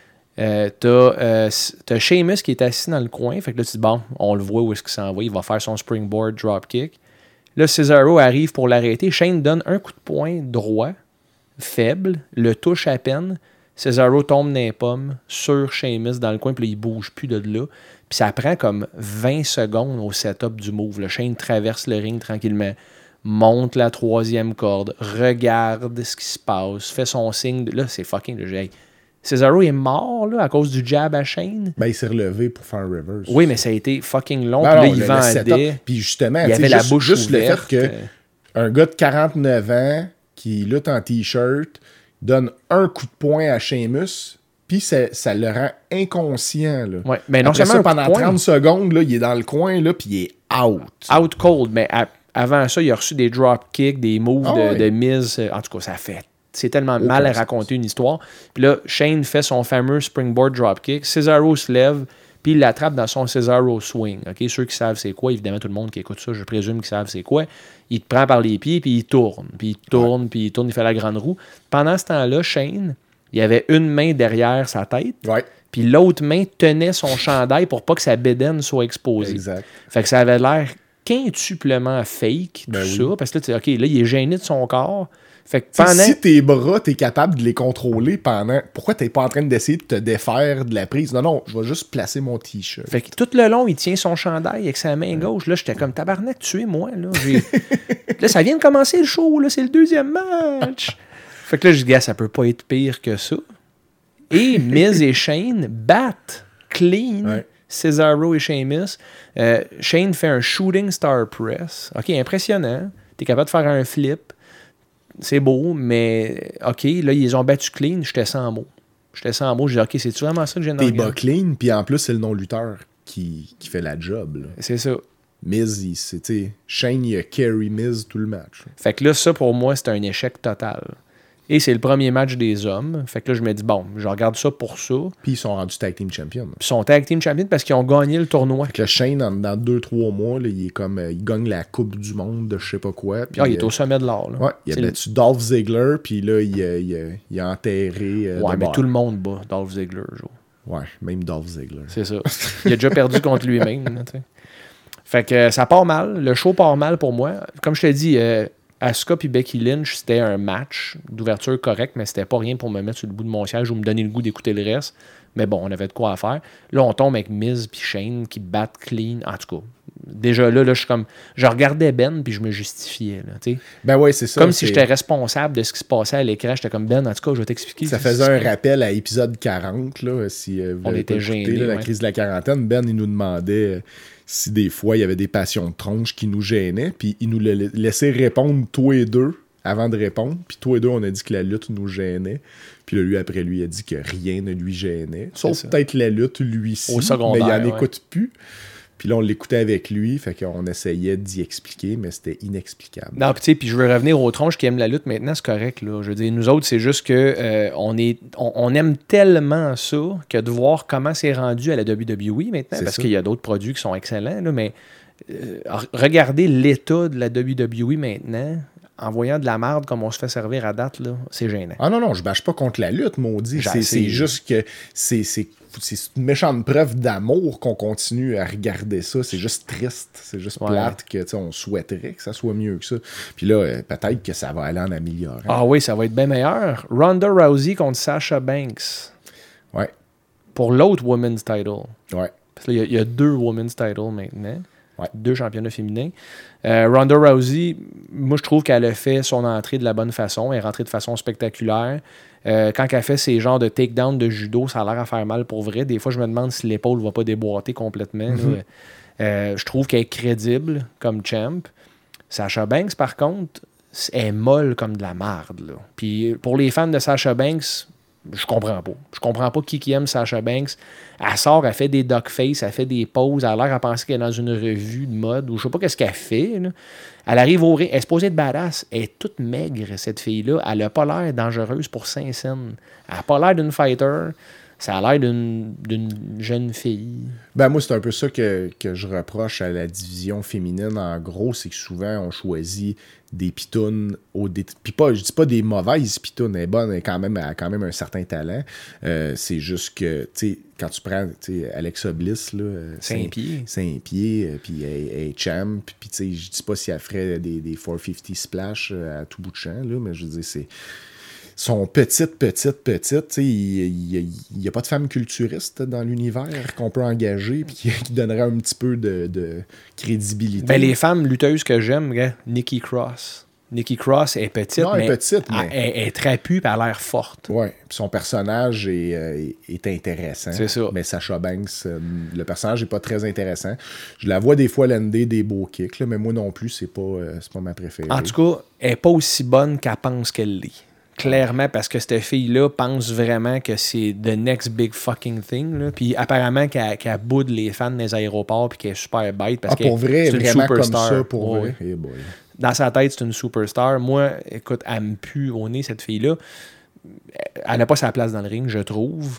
T'as Sheamus qui est assis dans le coin. Fait que là, tu dis, bon, on le voit où est-ce qu'il s'en va. Il va faire son springboard drop-kick. Là, Cesaro arrive pour l'arrêter. Shane donne un coup de poing droit, faible, le touche à peine. Cesaro tombe dans les pommes sur Sheamus dans le coin, puis là, il bouge plus de là. Puis ça prend comme 20 secondes au setup du move. Le Shane traverse le ring tranquillement, monte la troisième corde, regarde ce qui se passe, fait son signe. Là, c'est fucking le jeu. Cesaro est mort là, à cause du jab à Shane. Ben, il s'est relevé pour faire un reverse. Oui, mais ça a été fucking long. Non, Puis là, non, il vendait. Puis justement, il avait la bouche juste ouverte. le fait qu'un gars de 49 ans qui lutte en t-shirt donne un coup de poing à Sheamus, puis ça le rend inconscient. Là. Ouais, mais non Après seulement ça, un coup de pendant poing, 30 secondes, là, il est dans le coin, là, puis il est out. Out cold, mais avant ça, il a reçu des drop kicks, des moves de Miz. En tout cas, ça fait. C'est tellement mal à raconter une histoire. Puis là, Shane fait son fameux springboard dropkick. Cesaro se lève, puis il l'attrape dans son Cesaro swing. Okay? Ceux qui savent c'est quoi, évidemment, tout le monde qui écoute ça, je présume qu'ils savent c'est quoi. Il te prend par les pieds, puis il tourne. Puis il tourne, puis il tourne, il fait la grande roue. Pendant ce temps-là, Shane, il avait une main derrière sa tête. Ouais. Puis l'autre main tenait son chandail pour pas que sa bédaine soit exposée. Exact. Fait que ça avait l'air quintuplement fake, tout ça. Parce que là, OK, là, il est gêné de son corps. Fait que pendant... Si tes bras, t'es capable de les contrôler pendant... Pourquoi t'es pas en train d'essayer de te défaire de la prise? Non, je vais juste placer mon t-shirt. Fait que tout le long, il tient son chandail avec sa main gauche. Là, j'étais comme tabarnak, tuez-moi. Là. Là, ça vient de commencer le show. Là, c'est le deuxième match. Fait que là, je dis, ça peut pas être pire que ça. Et Miz et Shane battent clean Cesaro et Sheamus. Shane fait un shooting star press. OK, impressionnant. T'es capable de faire un flip. C'est beau, mais OK, là, ils ont battu clean. J'étais sans mots. J'ai dit, OK, c'est-tu vraiment ça que j'ai dans le T'es bas clean, puis en plus, c'est le non-lutteur qui fait la job. Là. C'est ça. Miz, Shane, il a carry Miz tout le match. Fait que là, ça, pour moi, c'est un échec total. Et c'est le premier match des hommes. Fait que là, je me dis, bon, je regarde ça pour ça. Puis ils sont rendus tag team champions. Puis ils sont tag team champions parce qu'ils ont gagné le tournoi. Fait que le Shane, dans 2-3 mois, là, il est comme il gagne la coupe du monde de je sais pas quoi. Puis, il est au sommet de l'art. Là. Ouais, il a battu Dolph Ziggler, puis là, il a enterré... ouais, mais tout le monde bat Dolph Ziggler, genre. Ouais, même Dolph Ziggler. C'est ça. Il a déjà perdu contre lui-même. Là, fait que ça part mal. Le show part mal pour moi. Comme je te dis... Asuka puis Becky Lynch, c'était un match d'ouverture correct, mais c'était pas rien pour me mettre sur le bout de mon siège ou me donner le goût d'écouter le reste. Mais bon, on avait de quoi à faire. Là, on tombe avec Miz puis Shane qui battent clean. En tout cas, déjà là, je suis comme... Je regardais Ben puis je me justifiais. Là, t'sais. Ben ouais, c'est ça. Comme si j'étais responsable de ce qui se passait à l'écran. J'étais comme Ben, en tout cas, je vais t'expliquer. Ça faisait un rappel à épisode 40, là, si vous on était gênés. La crise de la quarantaine. Ben, il nous demandait... si des fois, il y avait des passions de tronche qui nous gênaient, puis il nous laissait répondre tous les deux avant de répondre, puis tous les deux, on a dit que la lutte nous gênait, puis là, lui, après lui, il a dit que rien ne lui gênait, sauf peut-être la lutte, lui-ci, au secondaire, mais il n'en écoute plus. Puis là, on l'écoutait avec lui, fait qu'on essayait d'y expliquer, mais c'était inexplicable. Non, puis je veux revenir aux tronches qui aiment la lutte maintenant, c'est correct, là. Je veux dire, nous autres, c'est juste que on aime tellement ça que de voir comment c'est rendu à la WWE maintenant, parce qu'il y a d'autres produits qui sont excellents, là, mais regardez l'état de la WWE maintenant, en voyant de la merde comme on se fait servir à date, là, c'est gênant. Ah non, je bâche pas contre la lutte, maudit. C'est juste que c'est une méchante preuve d'amour qu'on continue à regarder ça. C'est juste triste. C'est juste plate que on souhaiterait que ça soit mieux que ça. Puis là, peut-être que ça va aller en améliorant. Ah oui, ça va être bien meilleur. Ronda Rousey contre Sasha Banks. Ouais. Pour l'autre Women's Title. Ouais. Parce qu'il y a 2 Women's Title maintenant. Ouais. 2 championnats féminins. Ronda Rousey, moi, je trouve qu'elle a fait son entrée de la bonne façon. Elle est rentrée de façon spectaculaire. Quand elle fait ces genres de takedown de judo, ça a l'air à faire mal pour vrai. Des fois, je me demande si l'épaule ne va pas déboîter complètement. Je trouve qu'elle est crédible comme champ. Sasha Banks, par contre, elle est molle comme de la marde. Là. Puis pour les fans de Sasha Banks, je comprends pas. Je comprends pas qui aime Sasha Banks. Elle sort, elle fait des duckface, elle fait des poses, elle a l'air à penser qu'elle est dans une revue de mode, ou je sais pas qu'est-ce qu'elle fait. Là. Elle arrive au ring, elle est supposée être badass. Elle est toute maigre, cette fille-là. Elle a pas l'air dangereuse pour Saint-Saëns. Elle a pas l'air d'une fighter. Ça a l'air d'une jeune fille. Ben moi, c'est un peu ça que je reproche à la division féminine. En gros, c'est que souvent, on choisit des pitounes. Puis je dis pas des mauvaises pitounes. Elle est bonne, elle a quand même un certain talent. C'est juste que, tu sais, quand tu prends Alexa Bliss, là, 5 pieds, puis elle est champ. Puis, tu sais, je dis pas si elle ferait des 450 splash à tout bout de champ, là, mais je veux dire, c'est... sont petites. Il n'y a pas de femme culturiste dans l'univers qu'on peut engager et qui donnerait un petit peu de crédibilité. Ben, les femmes lutteuses que j'aime, Nikki Cross. Nikki Cross est petite, mais elle est trapue et elle a l'air forte. Oui, puis son personnage est intéressant. C'est ça. Mais Sasha Banks, le personnage n'est pas très intéressant. Je la vois des fois lander des beaux kicks, là, mais moi non plus, c'est pas ma préférée. En tout cas, elle n'est pas aussi bonne qu'elle pense qu'elle l'est. Clairement, parce que cette fille-là pense vraiment que c'est the next big fucking thing. Là. Puis apparemment qu'elle boude les fans des aéroports puis qu'elle est super bête. Parce pour vrai, c'est une vraiment superstar. comme ça, pour vrai. Hey boy. Dans sa tête, c'est une superstar. Moi, écoute, elle me pue au nez, cette fille-là. Elle n'a pas sa place dans le ring, je trouve.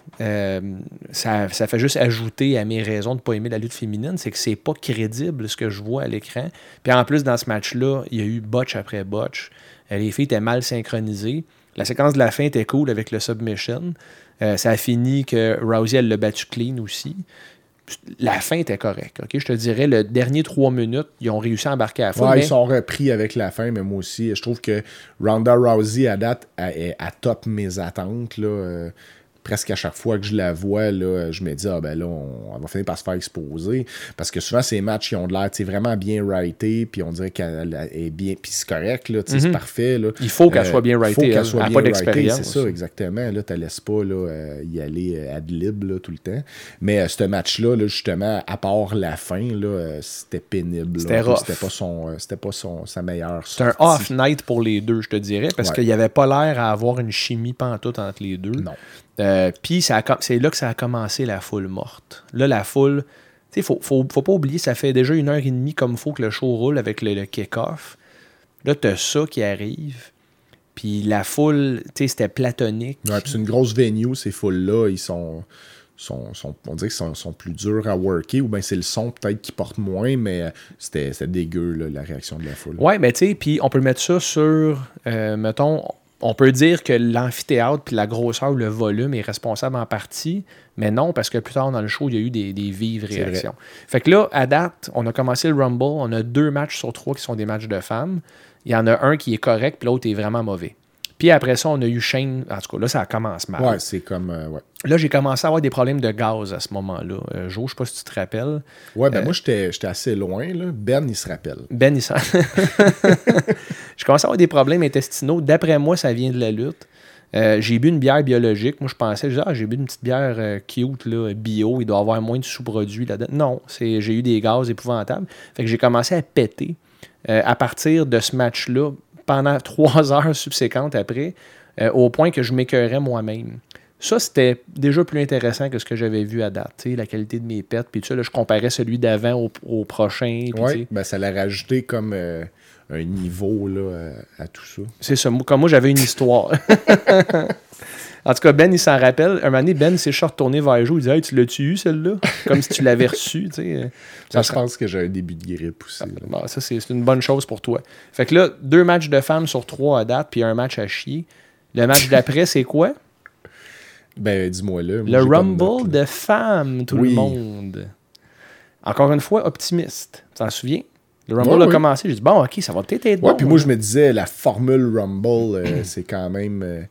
Ça fait juste ajouter à mes raisons de ne pas aimer la lutte féminine, c'est que c'est pas crédible ce que je vois à l'écran. Puis en plus, dans ce match-là, il y a eu botch après botch. Les filles étaient mal synchronisées. La séquence de la fin était cool avec le submission. Ça a fini que Rousey, elle l'a battu clean aussi. La fin était correcte. Okay? Je te dirais, le dernier 3 minutes, ils ont réussi à embarquer à la fin. Ouais, ils sont repris avec la fin, mais moi aussi, je trouve que Ronda Rousey, à date, elle top mes attentes. Là, presque à chaque fois que je la vois, là, je me dis, ah ben là, on va finir par se faire exposer. Parce que souvent, ces matchs, ils ont de l'air vraiment bien writés, puis on dirait qu'elle est bien. Puis c'est correct, là, c'est parfait. Là. Il faut qu'elle soit bien writée. Elle n'a pas d'expérience. C'est ça, exactement. Là, tu ne laisses pas là, y aller ad lib là, tout le temps. Mais ce match-là, là, justement, à part la fin, là, c'était pénible. C'était rough. C'était pas sa meilleure sortie. C'était un off-night pour les deux, je te dirais, parce qu'il n'y avait pas l'air à avoir une chimie pantoute entre les deux. Non. Puis c'est là que ça a commencé la foule morte. Là, la foule, tu sais, faut pas oublier, ça fait déjà 1h30 comme il faut que le show roule avec le kick-off. Là, t'as ça qui arrive. Puis la foule, tu sais, c'était platonique. Ouais, puis c'est une grosse venue, ces foules-là, ils sont on dirait qu'ils sont plus durs à worker, ou bien c'est le son peut-être qui porte moins, mais c'était dégueu, là, la réaction de la foule. Ouais, mais tu sais, puis on peut mettre ça sur, mettons... On peut dire que l'amphithéâtre puis la grosseur ou le volume est responsable en partie, mais non, parce que plus tard dans le show, il y a eu des vives réactions. Fait que là, à date, on a commencé le Rumble, on a 2 matchs sur 3 qui sont des matchs de femmes. Il y en a un qui est correct, puis l'autre est vraiment mauvais. Puis après ça, on a eu Shane. En tout cas, là, ça commence mal. Ouais, c'est comme... ouais. Là, j'ai commencé à avoir des problèmes de gaz à ce moment-là. Jo, je sais pas si tu te rappelles. Ouais, ben moi, j'étais assez loin. Là. Ben, il se rappelle. Ben, il se J'ai commencé à avoir des problèmes intestinaux. D'après moi, ça vient de la lutte. J'ai bu une bière biologique. Moi, je pensais, j'ai bu une petite bière cute, là, bio. Il doit y avoir moins de sous-produits là-dedans. Non, j'ai eu des gaz épouvantables. Fait que j'ai commencé à péter. À partir de ce match-là, pendant 3 heures subséquentes après, au point que je m'écœurais moi-même. Ça, c'était déjà plus intéressant que ce que j'avais vu à date. T'sais, la qualité de mes pets, puis tout ça, là, je comparais celui d'avant au prochain. Oui, ben ça l'a rajouté comme un niveau là, à tout ça. C'est ça. Comme moi, j'avais une histoire. En tout cas, Ben, il s'en rappelle. Un moment donné, Ben s'est retourné vers le jeu. Il dit « Hey, tu l'as-tu eu, celle-là? » Comme si tu l'avais reçue. Je pense que j'ai un début de grippe aussi. Bon, ça, c'est une bonne chose pour toi. Fait que là, 2 matchs de femmes sur 3 à date, puis un match à chier. Le match d'après, c'est quoi? Ben, dis-moi là. Le Rumble de femmes, tout le monde. Encore une fois, optimiste. Tu t'en souviens? Le Rumble a commencé. J'ai dit, bon, OK, ça va peut-être être bon. Puis moi, je me disais, la formule Rumble, c'est quand même,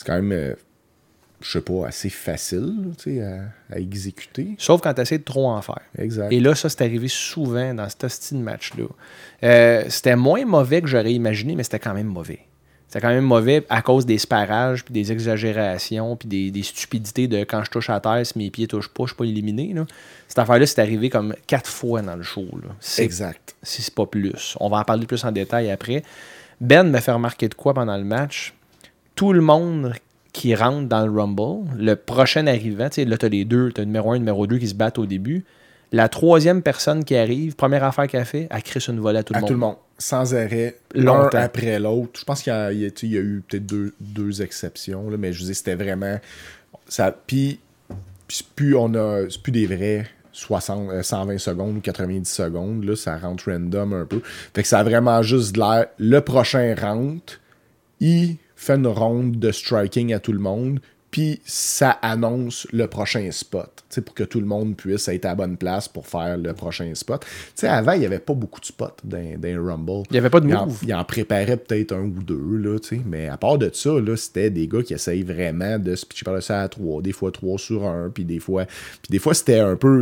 je sais pas, assez facile à exécuter. Sauf quand tu essaies de trop en faire. Exact. Et là, ça, c'est arrivé souvent dans ce style de match-là. C'était moins mauvais que j'aurais imaginé, mais c'était quand même mauvais. C'était quand même mauvais à cause des sparages, puis des exagérations, puis des stupidités de quand je touche à terre, si mes pieds touchent pas, je suis pas éliminé. Là. Cette affaire-là, c'est arrivé comme 4 fois dans le show. Là. Exact. Si c'est pas plus. On va en parler plus en détail après. Ben me fait remarquer de quoi pendant le match? Tout le monde qui rentre dans le Rumble, le prochain arrivant, là, tu as les deux, tu as le numéro 1 et le numéro 2 qui se battent au début. La troisième personne qui arrive, première affaire qu'elle fait, elle crisse une volée à tout le monde. À tout le monde. Sans arrêt, longtemps. L'un après l'autre. Je pense qu'il y a eu peut-être deux exceptions, là, mais je veux dire, c'était vraiment... Puis c'est plus des vrais 120 secondes ou 90 secondes. Là, ça rentre random un peu. Fait que ça a vraiment juste l'air... Le prochain rentre, il fait une ronde de striking à tout le monde, puis ça annonce le prochain spot, pour que tout le monde puisse être à la bonne place pour faire le prochain spot. Avant, il n'y avait pas beaucoup de spots dans Rumble. Il n'y avait pas de move. Il en préparait peut-être un ou deux, là, mais à part de ça, là, c'était des gars qui essayent vraiment de se pitcher par le ça à 3, des fois 3 sur 1, puis des fois c'était un peu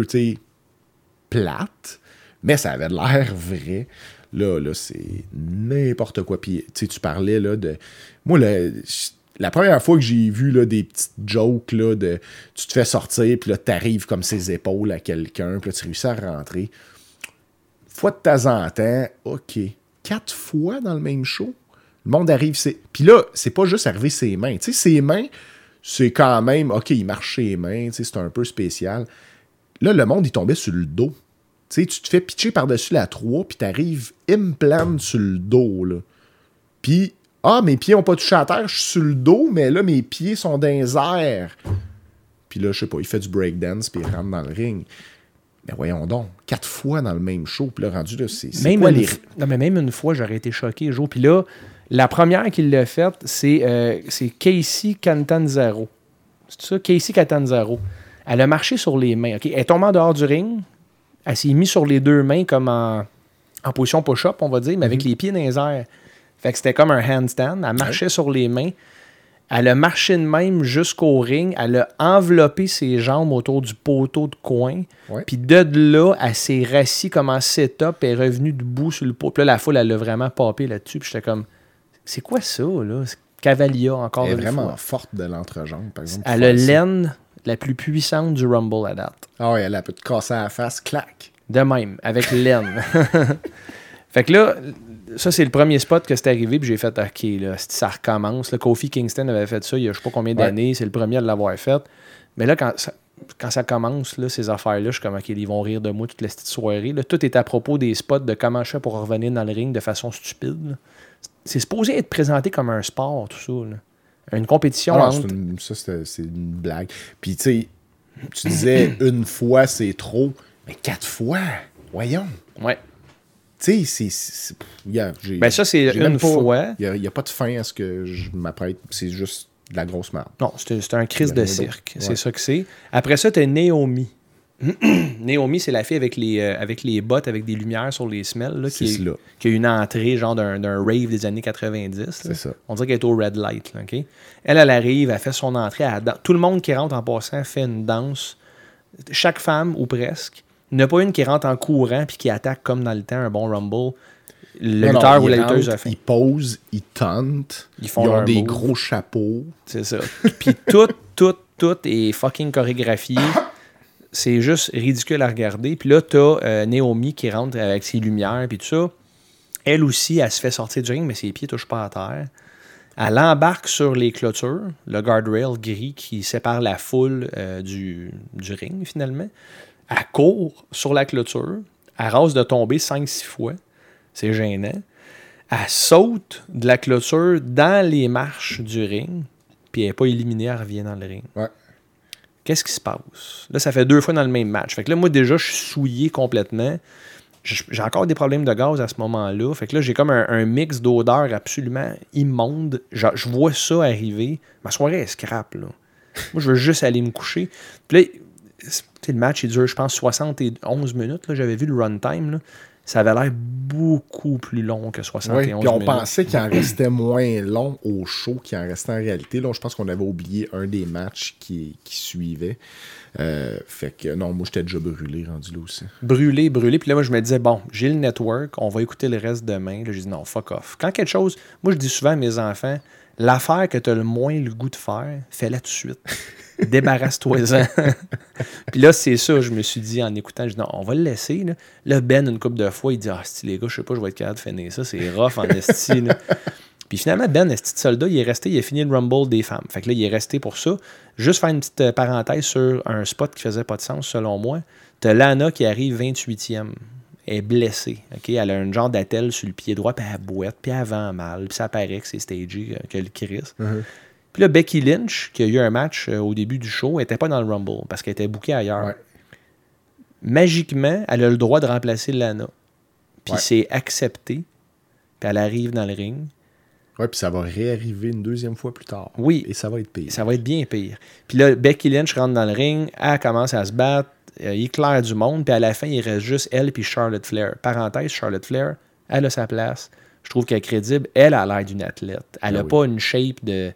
plate, mais ça avait de l'air vrai. Là, c'est n'importe quoi. Puis tu parlais là, de... Moi, la première fois que j'ai vu là, des petites jokes là, de tu te fais sortir, puis là, t'arrives comme ses épaules à quelqu'un, puis là, tu réussis à rentrer. Fois de temps en temps, OK. 4 fois dans le même show, le monde arrive. Puis là, c'est pas juste arriver ses mains. Tu sais, ses mains, c'est quand même, OK, il marche ses mains, c'est un peu spécial. Là, le monde, il tombait sur le dos. Tu sais, tu te fais pitcher par-dessus la 3, puis t'arrives implant sur le dos, là. Puis, mes pieds n'ont pas touché à terre, je suis sur le dos, mais là, mes pieds sont dans les airs. Puis là, je sais pas, il fait du breakdance, puis il rentre dans le ring. Mais voyons donc, 4 fois dans le même show, puis là, rendu là, c'est même quoi Non, mais même une fois, j'aurais été choqué, Joe. Puis là, la première qu'il l'a faite, c'est Casey Catanzaro. C'est ça? Casey Catanzaro. Elle a marché sur les mains. Okay? Elle est tombée en dehors du ring. Elle s'est mise sur les 2 mains comme en position push-up, on va dire, mais avec les pieds dans les airs. Fait que c'était comme un handstand. Elle marchait sur les mains. Elle a marché de même jusqu'au ring. Elle a enveloppé ses jambes autour du poteau de coin. Ouais. Puis de là, elle s'est rassis comme en set-up et est revenue debout sur le poteau. Puis là, la foule, elle l'a vraiment popé là-dessus. Puis j'étais comme, c'est quoi ça, là? C'est Cavalia, encore une fois. Elle est vraiment forte de l'entrejambe, par exemple. Elle a l'aine la plus puissante du Rumble à date. Ah ouais, elle a pu te casser à la face, clac. De même, avec l'aine. Fait que là, ça, c'est le premier spot que c'est arrivé, puis j'ai fait, OK, là, ça recommence. Là, Kofi Kingston avait fait ça il y a je sais pas combien d'années, c'est le premier à l'avoir fait. Mais là, quand ça commence, là, ces affaires-là, je suis comme, OK, ils vont rire de moi toute la petite soirée. Là, tout est à propos des spots de comment je fais pour revenir dans le ring de façon stupide. Là. C'est supposé être présenté comme un sport, tout ça. Là. Une compétition entre... c'est une blague. Puis, tu sais, tu disais une fois, c'est trop, mais 4 fois, voyons. Ouais. Tu sais, ça, c'est une fois. Il n'y a pas de fin à ce que je m'apprête. C'est juste de la grosse merde. Non, c'est un crise de cirque. Ouais. C'est ça que c'est. Après ça, tu as Naomi. Naomi, c'est la fille avec les bottes, avec des lumières sur les semelles, là, qui a une entrée genre d'un rave des années 90. C'est ça. On dirait qu'elle est au red light. Là, okay? Elle arrive, elle fait son entrée. Tout le monde qui rentre en passant fait une danse. Chaque femme, ou presque. Il n'y en a pas une qui rentre en courant puis qui attaque comme dans le temps un bon Rumble. Le lutteur ou la lutteuse a fait. Ils posent, ils tentent, ils ont des gros chapeaux. C'est ça. Puis tout est fucking chorégraphié. C'est juste ridicule à regarder. Puis là, t'as Naomi qui rentre avec ses lumières puis tout ça. Elle aussi, elle se fait sortir du ring, mais ses pieds ne touchent pas à terre. Elle embarque sur les clôtures, le guardrail gris qui sépare la foule du ring, finalement. Elle court sur la clôture. Elle rase de tomber 5-6 fois. C'est gênant. Elle saute de la clôture dans les marches du ring. Puis elle n'est pas éliminée, elle revient dans le ring. Ouais. Qu'est-ce qui se passe? Là, ça fait 2 fois dans le même match. Fait que là, moi, déjà, je suis souillé complètement. J'ai encore des problèmes de gaz à ce moment-là. Fait que là, j'ai comme un mix d'odeurs absolument immonde. Je vois ça arriver. Ma soirée est scrap, là. Moi, je veux juste aller me coucher. Puis là, le match, il dure, je pense, 71 minutes. Là. J'avais vu le runtime, là. Ça avait l'air beaucoup plus long que 71 minutes. Puis on pensait qu'il en restait moins long au show qu'il en restait en réalité. Là, je pense qu'on avait oublié un des matchs qui suivait. Fait que non, moi j'étais déjà brûlé rendu là aussi. Brûlé. Puis là, moi je me disais, bon, j'ai le network, on va écouter le reste demain. Là, j'ai dit non, fuck off. Quand quelque chose, moi je dis souvent à mes enfants, l'affaire que tu as le moins le goût de faire, fais-la tout de suite. Débarrasse-toi-en. Puis là, c'est ça, je me suis dit en écoutant, je dis non, on va le laisser. Là, Ben, une couple de fois, il dit ah, si les gars, je sais pas, je vais être capable de finir ça, c'est rough en esti. Puis finalement, Ben, esti de soldat, il est resté, il a fini le Rumble des femmes. Fait que là, il est resté pour ça. Juste faire une petite parenthèse sur un spot qui faisait pas de sens, selon moi. T'as Lana qui arrive 28e. Elle est blessée. Okay? Elle a un genre d'attelle sur le pied droit, puis elle boite, puis elle vend mal, puis ça paraît que c'est stagé, que le Chris. Mm-hmm. Puis là, Becky Lynch, qui a eu un match au début du show, n'était pas dans le Rumble parce qu'elle était bookée ailleurs. Ouais. Magiquement, elle a le droit de remplacer Lana. Puis Ouais. c'est accepté. Puis elle arrive dans le ring. Ouais, puis ça va réarriver une deuxième fois plus tard. Oui. Et ça va être pire. Ça va être bien pire. Puis là, Becky Lynch rentre dans le ring. Elle commence à se battre. Il éclaire du monde. Puis à la fin, il reste juste elle puis Charlotte Flair. Parenthèse, Charlotte Flair, elle a sa place. Je trouve qu'elle est crédible. Elle a l'air d'une athlète. Elle n'a pas une shape de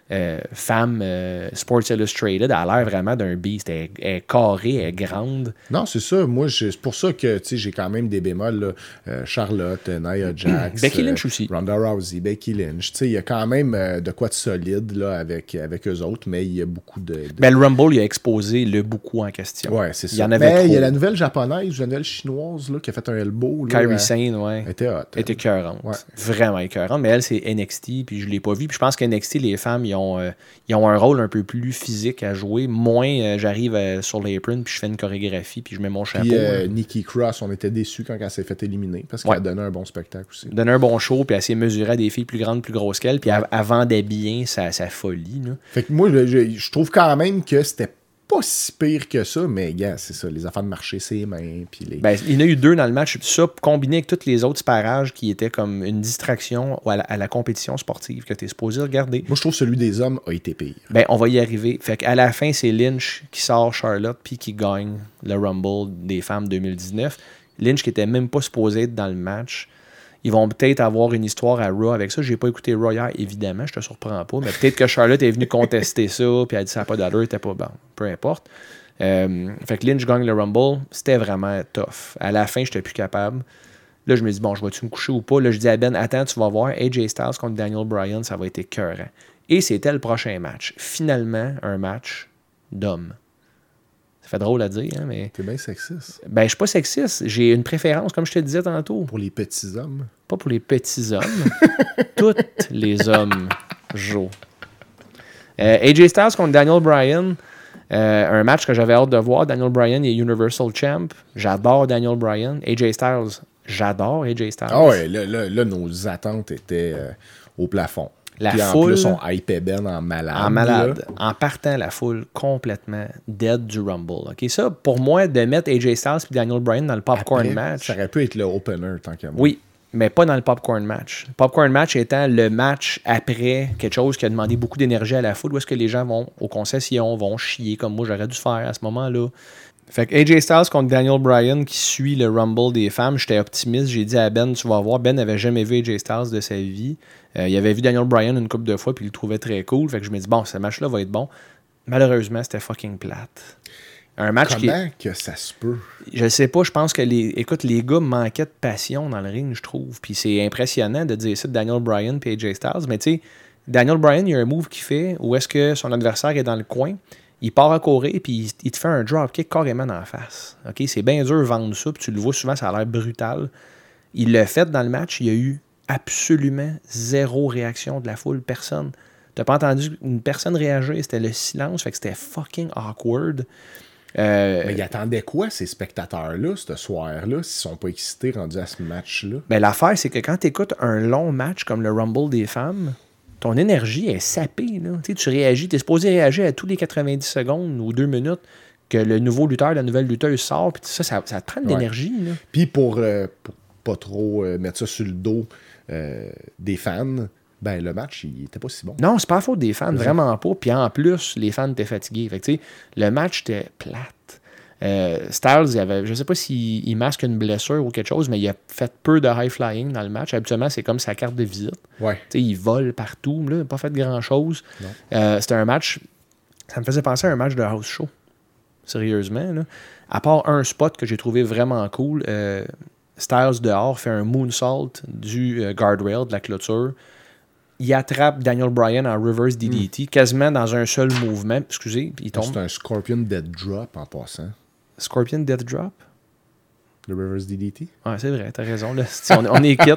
femme Sports Illustrated. Elle a l'air vraiment d'un beast. Elle est carrée, elle est grande. Non, c'est ça. Moi, c'est pour ça que j'ai quand même des bémols. Là. Charlotte, Nia Jax, Becky Lynch aussi. Ronda Rousey, Becky Lynch. Il y a quand même de quoi de solide là, avec eux autres, mais il y a beaucoup de... Ben, le Rumble, il a exposé le beaucoup en question. Ouais, c'est ça. Il y en avait mais trop. il y a la nouvelle japonaise, la nouvelle chinoise là, qui a fait un elbow. Là, Kairi Sane, ouais. Elle était hot. Elle était écœurante. Ouais. Vraiment écœurante. Mais elle, c'est NXT, puis je ne l'ai pas vu. Puis je pense qu'NXT, les femmes, ils ont un rôle un peu plus physique à jouer. Moins, j'arrive sur l'apron, puis je fais une chorégraphie, puis je mets mon chapeau. Puis Nikki Cross, on était déçus quand elle s'est fait éliminer, parce qu'elle a donné un bon spectacle aussi. Donner un bon show, puis elle s'est mesurée à des filles plus grandes, plus grosses qu'elle, puis elle vendait bien sa folie. Là. Fait que moi, je trouve quand même que c'était pas si pire que ça, mais gars, c'est ça, les affaires de marcher ses mains, puis les... Ben, il y en a eu 2 dans le match, ça combiné avec tous les autres parages qui étaient comme une distraction à la compétition sportive que tu es supposé regarder. Moi, je trouve que celui des hommes a été pire. Ben, on va y arriver. Fait qu'à la fin, c'est Lynch qui sort Charlotte puis qui gagne le Rumble des femmes 2019. Lynch qui était même pas supposé être dans le match. Ils vont peut-être avoir une histoire à Raw avec ça. J'ai pas écouté Raw hier, évidemment, je te surprends pas, mais peut-être que Charlotte est venue contester ça, puis elle a dit ça n'a pas d'allure, était pas bon. Peu importe. Fait que Lynch gagne le Rumble, c'était vraiment tough. À la fin, j'étais plus capable. Là, je me dis, bon, je vais-tu me coucher ou pas? Là, je dis à Ben, attends, tu vas voir, AJ Styles contre Daniel Bryan, ça va être écœurant. Et c'était le prochain match. Finalement, un match d'hommes. Ça fait drôle à dire, hein, mais... T'es bien sexiste. Ben, je suis pas sexiste. J'ai une préférence, comme je te disais tantôt. Pour les petits hommes. Pas pour les petits hommes. Tous les hommes, Joe. AJ Styles contre Daniel Bryan. Un match que j'avais hâte de voir. Daniel Bryan est Universal Champ. J'adore Daniel Bryan. AJ Styles, j'adore AJ Styles. Ah ouais, là nos attentes étaient au plafond. La Puis foule... en plus, on hypait Ben en malade. En malade. Là. En partant, la foule complètement dead du Rumble. Okay? Ça, pour moi, de mettre AJ Styles et Daniel Bryan dans le popcorn Après, match... Ça aurait pu être le opener, tant qu'à moi. Oui, mais pas dans le popcorn match. Le popcorn match étant le match après quelque chose qui a demandé beaucoup d'énergie à la foule, où est-ce que les gens vont aux concessions, vont chier comme moi j'aurais dû faire à ce moment-là. Fait que AJ Styles contre Daniel Bryan qui suit le Rumble des femmes, j'étais optimiste. J'ai dit à Ben, tu vas voir, Ben n'avait jamais vu AJ Styles de sa vie. Il avait vu Daniel Bryan une couple de fois puis il le trouvait très cool. Fait que je me dis, bon, ce match-là va être bon. Malheureusement, c'était fucking plate. Un match Comment que ça se peut? Je sais pas, je pense que les gars manquaient de passion dans le ring, je trouve. Puis c'est impressionnant de dire ça de Daniel Bryan et AJ Styles. Mais tu sais, Daniel Bryan, il y a un move qu'il fait où est-ce que son adversaire est dans le coin, il part à courir puis il te fait un dropkick carrément dans la face. Okay? C'est bien dur de vendre ça, puis tu le vois souvent, ça a l'air brutal. Il l'a fait dans le match, il y a eu absolument zéro réaction de la foule, personne. T'as pas entendu une personne réagir, c'était le silence, fait que c'était fucking awkward. Mais ils attendaient quoi, ces spectateurs-là, ce soir-là, s'ils sont pas excités rendus à ce match-là? Ben, l'affaire, c'est que quand tu écoutes un long match comme le Rumble des femmes, ton énergie est sapée. Là. Tu réagis, tu es supposé réagir à tous les 90 secondes ou 2 minutes que le nouveau lutteur, la nouvelle lutteuse sort, puis ça te prend de l'énergie. Là. Puis pour pas trop mettre ça sur le dos des fans, ben le match, il était pas si bon. Non, c'est pas la faute des fans, vraiment pas. Puis en plus, les fans étaient fatigués. Fait que, le match était plate. Styles, je sais pas s'il masque une blessure ou quelque chose, mais il a fait peu de high-flying dans le match. Habituellement, c'est comme sa carte de visite. Ouais. Il vole partout. Là, il n'a pas fait grand-chose. C'était un match... Ça me faisait penser à un match de house show. Sérieusement. Là. À part un spot que j'ai trouvé vraiment cool, Styles dehors fait un moonsault du guardrail de la clôture. Il attrape Daniel Bryan en reverse DDT, quasiment dans un seul mouvement. Excusez, il tombe. C'est un Scorpion Death Drop en passant. Scorpion Death Drop? Le reverse DDT? Ouais, c'est vrai, t'as raison. Là. On est quitte.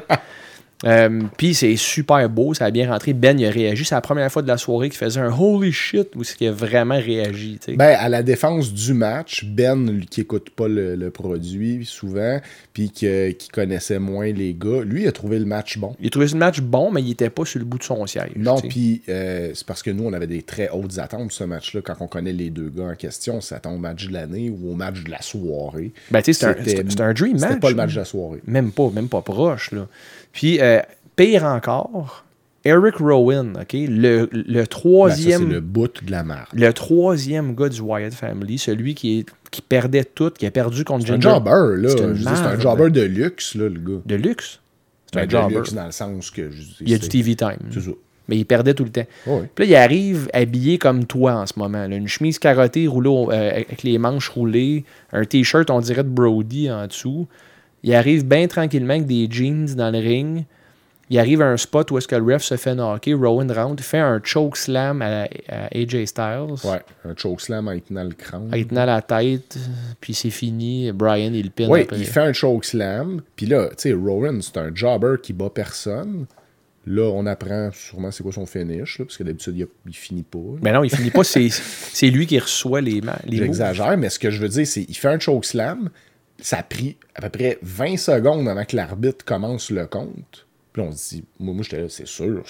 Puis c'est super beau, ça a bien rentré. Ben, il a réagi. C'est la première fois de la soirée qu'il faisait un holy shit où il a vraiment réagi. T'sais. Ben, à la défense du match, Ben, qui écoute pas le produit souvent, puis qui connaissait moins les gars, lui, il a trouvé le match bon. Il a trouvé le match bon, mais il était pas sur le bout de son siège. Non, puis c'est parce que nous, on avait des très hautes attentes ce match-là. Quand on connaît les deux gars en question, ça tombe au match de l'année ou au match de la soirée. Ben, tu sais, c'était un dream match. C'était pas le match de la soirée. Même pas proche, là. Puis, pire encore, Eric Rowan, OK, le troisième... Ben ça, c'est le bout de la marque. Le troisième gars du Wyatt Family, celui qui perdait tout, qui a perdu contre Ginger. C'est un jobber, là. C'est un jobber de luxe, là, le gars. De luxe? C'est un jobber. De luxe dans le sens que... Il y a du TV time. C'est ça. Mais il perdait tout le temps. Oh oui. Puis là, il arrive habillé comme toi en ce moment. Là. Une chemise carottée roulée avec les manches roulées, un T-shirt, on dirait de Brody en dessous. Il arrive bien tranquillement avec des jeans dans le ring. Il arrive à un spot où est-ce que le ref se fait knocker. Rowan rentre, fait un choke slam à AJ Styles. Ouais, un choke slam en y tenant le crâne. En y tenant la tête, puis c'est fini. Brian, il le pine oui, après. Il fait un choke slam. Puis là, tu sais, Rowan, c'est un jobber qui bat personne. Là, on apprend sûrement c'est quoi son finish, là, parce que d'habitude, il finit pas. Mais non, il finit pas. C'est lui qui reçoit les moves. J'exagère, mais ce que je veux dire, c'est qu'il fait un choke slam. Ça a pris à peu près 20 secondes avant que l'arbitre commence le compte. Puis là, on se dit, moi j'étais là, c'est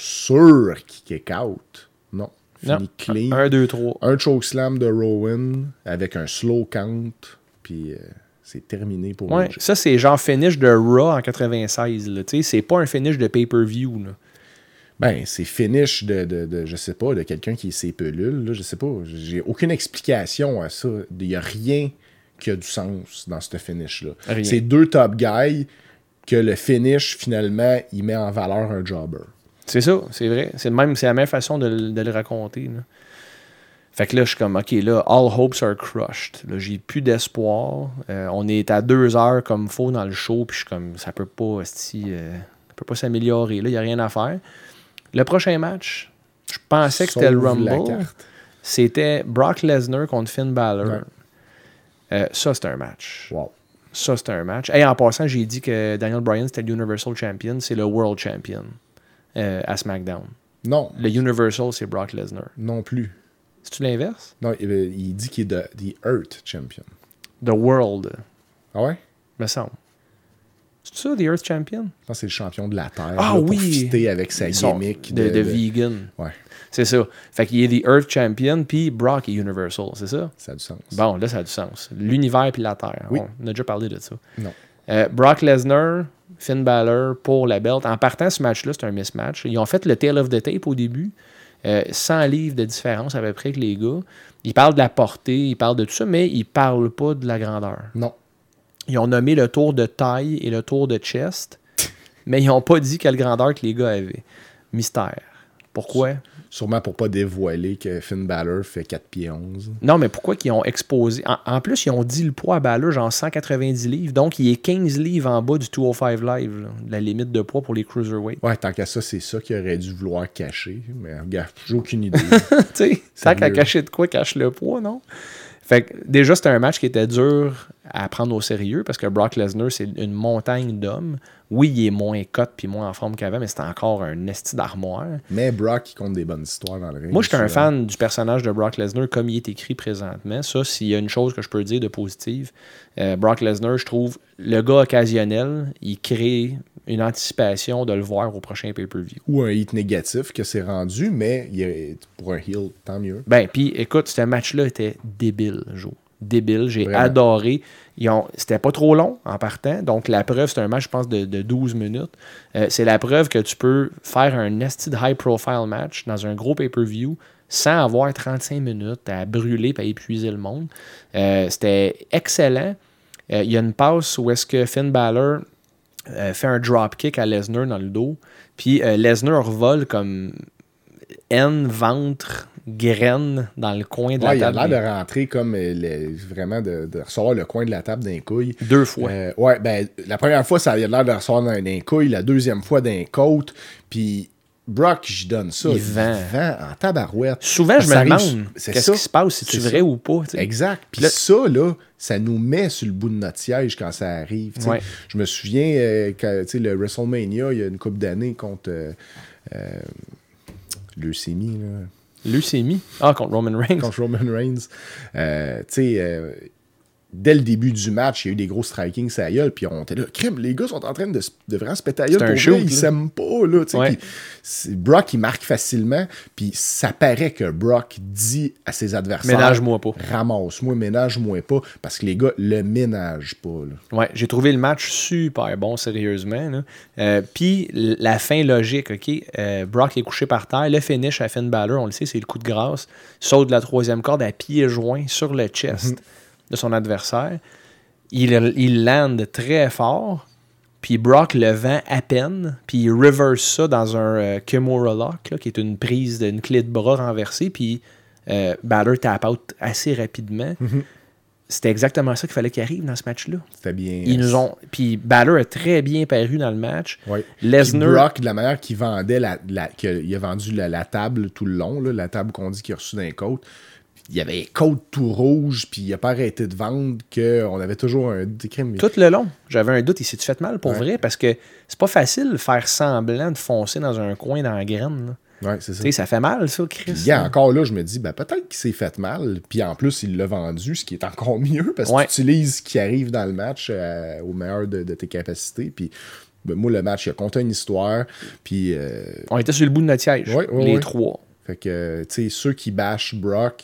sûr qu'il kick out. Non, fini clean. 1, 2, 3. Un choke slam de Rowan avec un slow count. Puis c'est terminé pour lui. Ça, c'est genre finish de Raw en 96. Là. C'est pas un finish de pay-per-view. Là. Ben, c'est finish de je sais pas, de quelqu'un qui est ses pelules. Là, je sais pas. J'ai aucune explication à ça. Il n'y a rien qui a du sens dans ce finish-là. Rien. C'est deux top guys que le finish, finalement, il met en valeur un jobber. C'est ça, c'est vrai. C'est la même façon de le raconter. Là. Fait que là, je suis comme, OK, là, all hopes are crushed. Là, j'ai plus d'espoir. On est à 2 heures comme faux dans le show, puis je suis comme, ça peut pas, peut pas s'améliorer. Là, il n'y a rien à faire. Le prochain match, je pensais que c'était le Rumble. C'était Brock Lesnar contre Finn Balor. Ouais. Ça, c'était un match. Wow. Ça, c'était un match. Et en passant, j'ai dit que Daniel Bryan, c'était le Universal Champion. C'est le World Champion à SmackDown. Non. Le Universal, c'est Brock Lesnar. Non plus. C'est-tu l'inverse? Non, il dit qu'il est The Earth Champion. The World. Ah ouais? Me semble. C'est ça, The Earth Champion? Je pense que c'est le champion de la Terre. Ah là, oui! Pour fitter avec sa gimmick. De vegan. Ouais. C'est ça. Fait qu'il est The Earth Champion, puis Brock est Universal, c'est ça? Ça a du sens. Bon, là, ça a du sens. L'univers puis la Terre. Oui. On a déjà parlé de ça. Non. Brock Lesnar, Finn Balor pour la belt. En partant, ce match-là, c'est un mismatch. Ils ont fait le tail of the tape au début. 100 livres de différence à peu près que les gars. Ils parlent de la portée, ils parlent de tout ça, mais ils parlent pas de la grandeur. Non. Ils ont nommé le tour de taille et le tour de chest, mais ils n'ont pas dit quelle grandeur que les gars avaient. Mystère. Pourquoi? Sûrement pour pas dévoiler que Finn Balor fait 4 pieds 11. Non, mais pourquoi qu'ils ont exposé... En plus, ils ont dit le poids à Balor, genre 190 livres. Donc, il est 15 livres en bas du 205 Live, là, de la limite de poids pour les cruiserweights. Ouais, tant qu'à ça, c'est ça qu'il aurait dû vouloir cacher. Mais regarde, j'ai aucune idée. Tu sais, tant qu'à cacher de quoi, cache le poids, non? Fait que déjà, c'était un match qui était dur à prendre au sérieux parce que Brock Lesnar, c'est une montagne d'hommes. Oui, il est moins cut puis moins en forme qu'avant, mais c'est encore un esti d'armoire. Mais Brock, il compte des bonnes histoires dans le ring. Moi, je suis un fan du personnage de Brock Lesnar comme il est écrit présentement. Ça, s'il y a une chose que je peux dire de positive, Brock Lesnar, je trouve, le gars occasionnel, il crée une anticipation de le voir au prochain pay-per-view. Ou un hit négatif que c'est rendu, mais pour un heel, tant mieux. Ben, puis écoute, ce match-là était débile, Joe. Débile, j'ai Vraiment. adoré. C'était pas trop long en partant, donc la preuve, c'est un match, je pense, de 12 minutes. C'est la preuve que tu peux faire un esti de high-profile match dans un gros pay-per-view sans avoir 35 minutes à brûler et à épuiser le monde. C'était excellent. Il y a une passe où est-ce que Finn Balor fait un dropkick à Lesnar dans le dos, puis Lesnar revole comme haine, ventre, graine dans le coin de la table. Il a l'air de rentrer comme vraiment de recevoir le coin de la table d'un couille. 2 fois. La première fois, ça a l'air de recevoir d'un couille, la deuxième fois d'un côte, puis Brock, j'y donne ça. Il vend en tabarouette. Souvent, je me demande qu'est-ce qui se passe, si c'est vrai ou pas. T'sais. Exact. Puis là, ça nous met sur le bout de notre siège quand ça arrive. Ouais. Je me souviens, quand le WrestleMania, il y a une couple d'années contre Leucémie. Leucémie? Ah, contre Roman Reigns. Contre Roman Reigns. Dès le début du match, il y a eu des gros strikings à la gueule, puis on était là, crème, les gars sont en train de vraiment se péter à la gueule pour vrai, ils s'aiment pas, là, ouais. Brock, il marque facilement, puis ça paraît que Brock dit à ses adversaires, ménage-moi pas. Ramasse-moi, ménage-moi pas, parce que les gars le ménagent pas, là. Ouais, j'ai trouvé le match super bon, sérieusement, puis la fin logique, OK, Brock est couché par terre, le finish à Finn Balor, on le sait, c'est le coup de grâce, saute de la 3e corde à pieds joints sur le chest. De son adversaire. Il lande très fort, puis Brock le vend à peine, puis il reverse ça dans un Kimura Lock, là, qui est une prise d'une clé de bras renversée, puis Balor tap out assez rapidement. C'était exactement ça qu'il fallait qu'il arrive dans ce match-là. C'était bien. Puis Balor a très bien paru dans le match. Ouais. Lesnar. Brock, de la manière qu'il vendait, qu'il a vendu la table tout le long, là, la table qu'on dit qu'il a reçue d'un côte. Il y avait côte tout rouge, puis il n'a pas arrêté de vendre, qu'on avait toujours un décrime. Tout le long, j'avais un doute. Il s'est-tu fait mal pour vrai? Parce que c'est pas facile de faire semblant de foncer dans un coin dans la graine. Oui, c'est ça. T'sais, ça fait mal, ça, Chris. Puis, encore là, je me dis, peut-être qu'il s'est fait mal, puis en plus, il l'a vendu, ce qui est encore mieux, parce que tu utilises ce qui arrive dans le match au meilleur de tes capacités, puis moi, le match, il a compté une histoire, puis... On était sur le bout de notre siège, les trois. Fait que, tu sais, ceux qui bâchent Brock...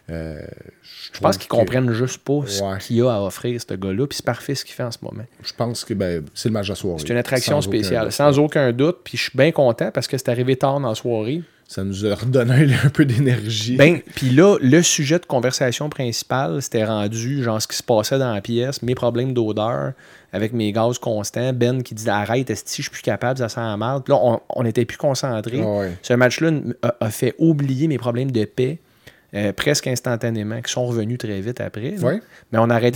je pense qu'ils comprennent juste pas ce qu'il y a à offrir, ce gars-là, puis c'est parfait ce qu'il fait en ce moment. Je pense que c'est le match de la soirée. C'est une attraction spéciale, sans aucun doute, puis je suis bien content parce que c'est arrivé tard dans la soirée. Ça nous a redonné un peu d'énergie. Puis là, le sujet de conversation principal, c'était rendu, genre, ce qui se passait dans la pièce, mes problèmes d'odeur, avec mes gaz constants, Ben qui dit « Arrête, est-ce que je suis plus capable, ça sent la merde. » Puis là, on n'était plus concentrés. Ce match-là a fait oublier mes problèmes de paix. Presque instantanément, qui sont revenus très vite après. Mais on a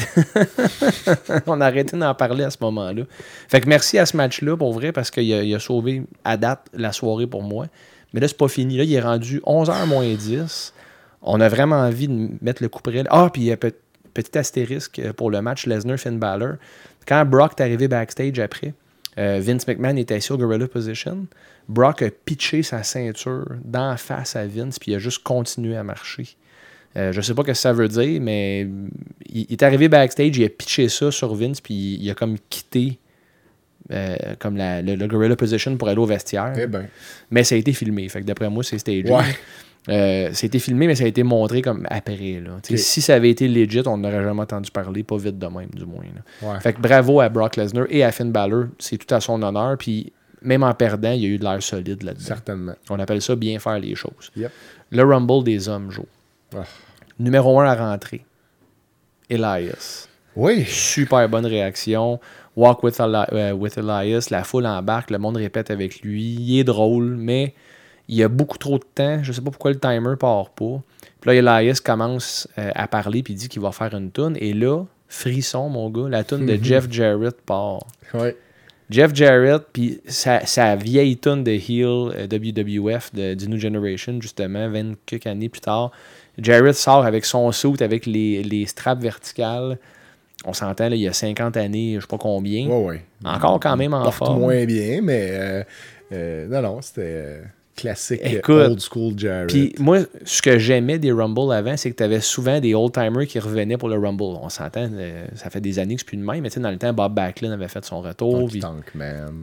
arrêté d'en parler à ce moment-là. Fait que merci à ce match-là, pour vrai, parce qu'il a sauvé à date la soirée pour moi. Mais là, c'est pas fini. Là, il est rendu 11h moins 10. On a vraiment envie de mettre le coup près. Ah, puis il y a petit astérisque pour le match Lesnar-Finn Balor. Quand Brock est arrivé backstage après, Vince McMahon était assis au Gorilla Position. Brock a pitché sa ceinture d'en face à Vince, puis il a juste continué à marcher. Je sais pas ce que ça veut dire, mais il est arrivé backstage, il a pitché ça sur Vince, puis il a comme quitté comme le Gorilla Position pour aller au vestiaire. Mais ça a été filmé, fait que d'après moi, c'est stagé. Ça a été filmé, mais ça a été montré comme après. Là. Si ça avait été legit, on n'aurait jamais entendu parler, pas vite de même, du moins. Là. Fait que bravo à Brock Lesnar et à Finn Balor, c'est tout à son honneur, puis même en perdant, il y a eu de l'air solide là-dedans. Certainement. On appelle ça bien faire les choses. Yep. Le Rumble des hommes, Joe. Numéro 1 à rentrer. Elias. Oui. Super bonne réaction. Walk with Elias. La foule embarque. Le monde répète avec lui. Il est drôle, mais il y a beaucoup trop de temps. Je sais pas pourquoi le timer part pas. Puis là, Elias commence à parler puis il dit qu'il va faire une toune. Et là, frisson, mon gars. La toune de Jeff Jarrett part. Oui. Jeff Jarrett, puis sa vieille tune de heel WWF du New Generation, justement, 20 quelques années plus tard. Jarrett sort avec son suit, avec les straps verticales. On s'entend, là, il y a 50 années, je sais pas combien. Ouais. Encore quand même en porte forme. moins bien, mais non, c'était classique Écoute, old school Jarrett. Puis moi, ce que j'aimais des Rumble avant, c'est que tu avais souvent des old-timers qui revenaient pour le Rumble. On s'entend, ça fait des années que c'est plus de même, mais tu sais, dans le temps, Bob Backlund avait fait son retour. Tankman.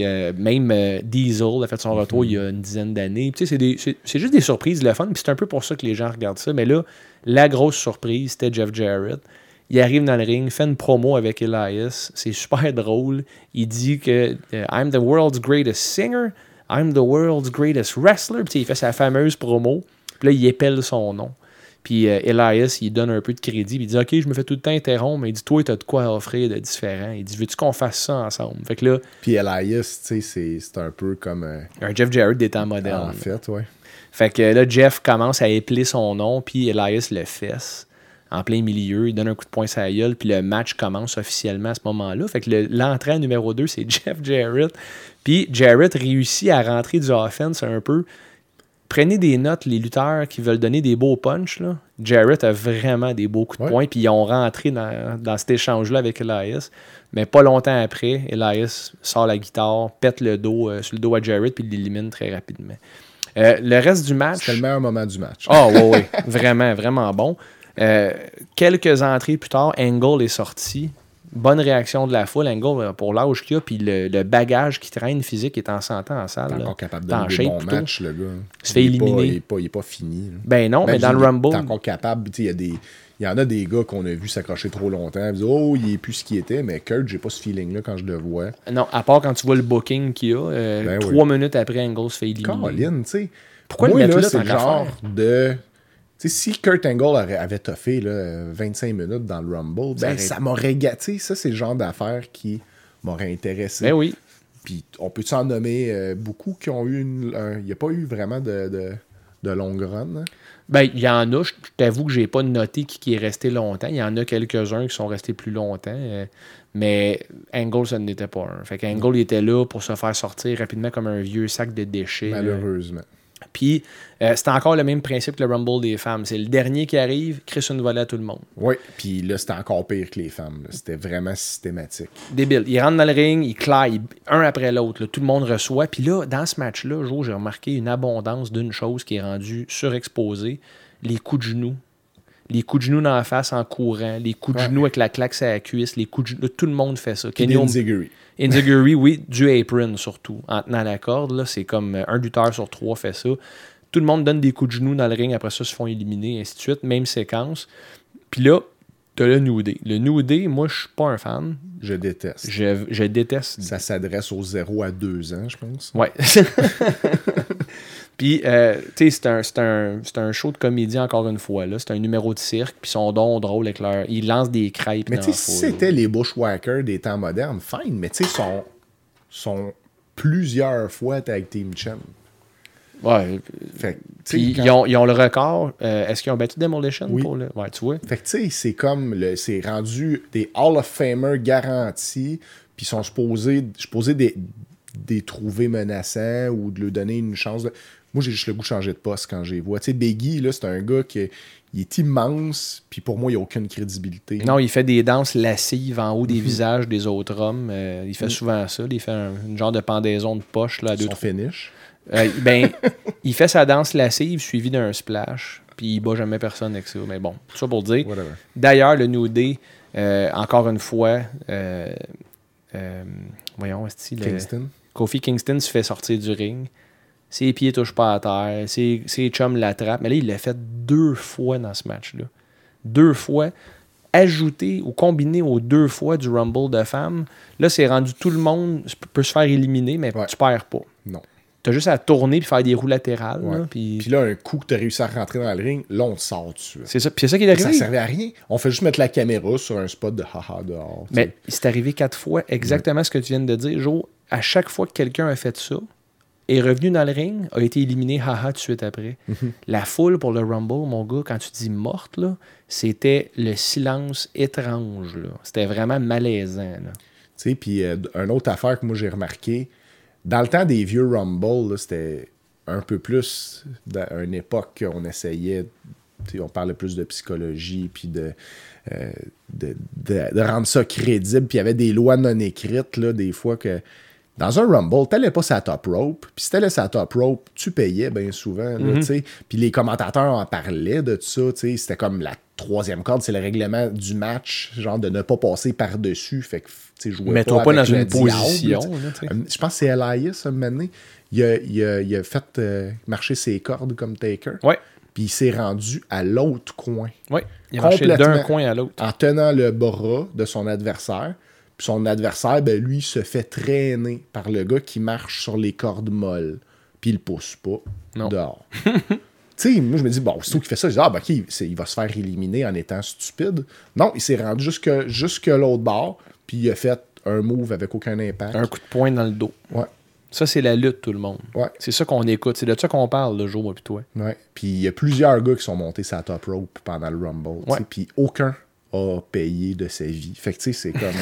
Même Diesel a fait son retour il y a une dizaine d'années. Tu sais, c'est juste des surprises, le fun. Puis c'est un peu pour ça que les gens regardent ça. Mais là, la grosse surprise, c'était Jeff Jarrett. Il arrive dans le ring, fait une promo avec Elias. C'est super drôle. Il dit que I'm the world's greatest singer. I'm the world's greatest wrestler. Puis il fait sa fameuse promo. Puis là, il épelle son nom. Puis Elias, il donne un peu de crédit. Puis il dit OK, je me fais tout le temps interrompre. Mais il dit toi, t'as de quoi offrir de différent. Il dit veux-tu qu'on fasse ça ensemble? Fait que là. Puis Elias, tu sais, c'est un peu comme. Un Jeff Jarrett des temps modernes. En fait, ouais. Fait que là, Jeff commence à épeler son nom. Puis Elias le fesse en plein milieu. Il donne un coup de poing sur la gueule. Puis le match commence officiellement à ce moment-là. Fait que l'entrée numéro 2, c'est Jeff Jarrett. Puis Jarrett réussit à rentrer du offense un peu. Prenez des notes, les lutteurs qui veulent donner des beaux punchs. Là. Jarrett a vraiment des beaux coups de poing. Puis ils ont rentré dans cet échange-là avec Elias. Mais pas longtemps après, Elias sort la guitare, pète le dos sur le dos à Jarrett. Puis il l'élimine très rapidement. Le reste du match... C'était le meilleur moment du match. Ah oui. Vraiment, vraiment bon. Quelques entrées plus tard, Angle est sorti. Bonne réaction de la foule. Angle, pour l'âge qu'il a, puis le bagage qui traîne physique est en santé en salle. Il est encore capable de donner des bons matchs, le gars. Il se fait éliminer. Il est pas fini. Là. Ben non, mais dans le Rumble... Il est encore capable. Il y en a des gars qu'on a vu s'accrocher trop longtemps. Ils disent, oh, il est plus ce qu'il était. Mais Kurt, j'ai pas ce feeling-là quand je le vois. Non, à part quand tu vois le booking qu'il a. 3 minutes après, Angle se fait éliminer. Caroline, tu sais. Pourquoi moi, le mettre là, là, c'est tant le qu'à genre faire? de... T'sais, si Kurt Angle avait toffé là, 25 minutes dans le Rumble, ça m'aurait gâté. Ça, c'est le genre d'affaire qui m'aurait intéressé. Ben oui. Puis on peut en nommer beaucoup qui ont eu il n'y a pas eu vraiment de longue run. Hein? Ben, il y en a, je t'avoue que j'ai pas noté qui est resté longtemps. Il y en a quelques-uns qui sont restés plus longtemps. Mais Angle, ça n'était pas un. Fait qu'Angle, il était là pour se faire sortir rapidement comme un vieux sac de déchets. Malheureusement. Puis, c'est encore le même principe que le Rumble des femmes. C'est le dernier qui arrive, crisse une volée à tout le monde. Oui, puis là, c'était encore pire que les femmes. Là. C'était vraiment systématique. Débile. Ils rentrent dans le ring, ils claient un après l'autre. Là. Tout le monde reçoit. Puis là, dans ce match-là, j'ai remarqué une abondance d'une chose qui est rendue surexposée. Les coups de genoux. Les coups de genoux dans la face en courant. Les coups de genoux avec la claque sur la cuisse. Les coups de genoux. Tout le monde fait ça. Enziguri, oui, du apron surtout. En tenant la corde, là, c'est comme un lutteur sur 3 fait ça. Tout le monde donne des coups de genoux dans le ring, après ça, se font éliminer, et ainsi de suite. Même séquence. Puis là, t'as le New Day. Le New Day, moi, je suis pas un fan. Je déteste. Je déteste. Ça s'adresse aux 0 à 2 ans, je pense. Ouais. Puis, tu sais, c'est un show de comédie, encore une fois. Là. C'est un numéro de cirque, puis son don drôle avec leur... Ils lancent des crêpes. Mais tu sais, si c'était les Bushwhackers des temps modernes, fine, mais tu sais, sont plusieurs fois tag team champ. Ouais. Fait puis, ils ont le record. Est-ce qu'ils ont battu Demolition pour le... Ouais, tu vois. Fait que tu sais, c'est comme... c'est rendu des Hall of Famers garantis, puis ils sont supposés des trouver menaçants ou de leur donner une chance de... Moi, j'ai juste le goût de changer de poste quand je les vois. Tu sais, Biggie, là, c'est un gars qui est immense, puis pour moi, il n'a aucune crédibilité. Non, il fait des danses lascives en haut des visages des autres hommes. Il fait souvent ça. Il fait une genre de pendaison de poche. Là, son finish. Il fait sa danse lascive suivie d'un splash, puis il bat jamais personne avec ça. Mais bon, tout ça pour dire. Whatever. D'ailleurs, le New Day, encore une fois, voyons, est-ce Kingston. Kofi Kingston se fait sortir du ring. Ses pieds ne touchent pas à terre. Ses chums l'attrapent. Mais là, il l'a fait 2 fois dans ce match-là. 2 fois. Ajouté ou combiné aux 2 fois du Rumble de femmes, là, c'est rendu tout le monde peut se faire éliminer, mais tu perds pas. Non. Tu as juste à tourner et faire des roues latérales. Ouais. Là, puis là, un coup que tu as réussi à rentrer dans le ring, là, on te sort dessus. C'est ça. Puis c'est ça qui est arrivé. Ça servait à rien. On fait juste mettre la caméra sur un spot de haha dehors. Mais c'est arrivé 4 fois. Exactement ce que tu viens de dire, Joe. À chaque fois que quelqu'un a fait ça, est revenu dans le ring, a été éliminé haha tout de suite après. La foule pour le Rumble, mon gars, quand tu dis morte, là, c'était le silence étrange. Là. C'était vraiment malaisant. Tu sais, puis une autre affaire que moi j'ai remarqué, dans le temps des vieux Rumble, là, c'était un peu plus d'une époque qu'on essayait on parlait plus de psychologie, puis de rendre ça crédible. Puis il y avait des lois non écrites, là, des fois que dans un Rumble, t'allais pas sa top rope. Puis si t'allais sa top rope, tu payais bien souvent. Là, puis les commentateurs en parlaient de ça. C'était comme la 3e corde, c'est le règlement du match, genre de ne pas passer par-dessus. Fait que mets-toi pas dans une position. Je pense que c'est Elias, un moment donné. Il a fait marcher ses cordes comme Taker. Ouais. Puis il s'est rendu à l'autre coin. Oui, il a marché d'un coin à l'autre. En tenant le bras de son adversaire. Puis son adversaire, ben lui, se fait traîner par le gars qui marche sur les cordes molles. Puis il le pousse pas dehors. Tu sais, moi, je me dis, bon, c'est tout qui fait ça. Je dis, OK, il va se faire éliminer en étant stupide. Non, il s'est rendu jusque l'autre bord. Puis il a fait un move avec aucun impact. Un coup de poing dans le dos. Ouais. Ça, c'est la lutte, tout le monde. Ouais. C'est ça qu'on écoute. C'est de ça qu'on parle, le jour, moi, puis toi. Ouais. Puis il y a plusieurs gars qui sont montés sa top rope pendant le Rumble. Ouais. Puis aucun a payé de sa vie. Fait que, tu sais, c'est comme...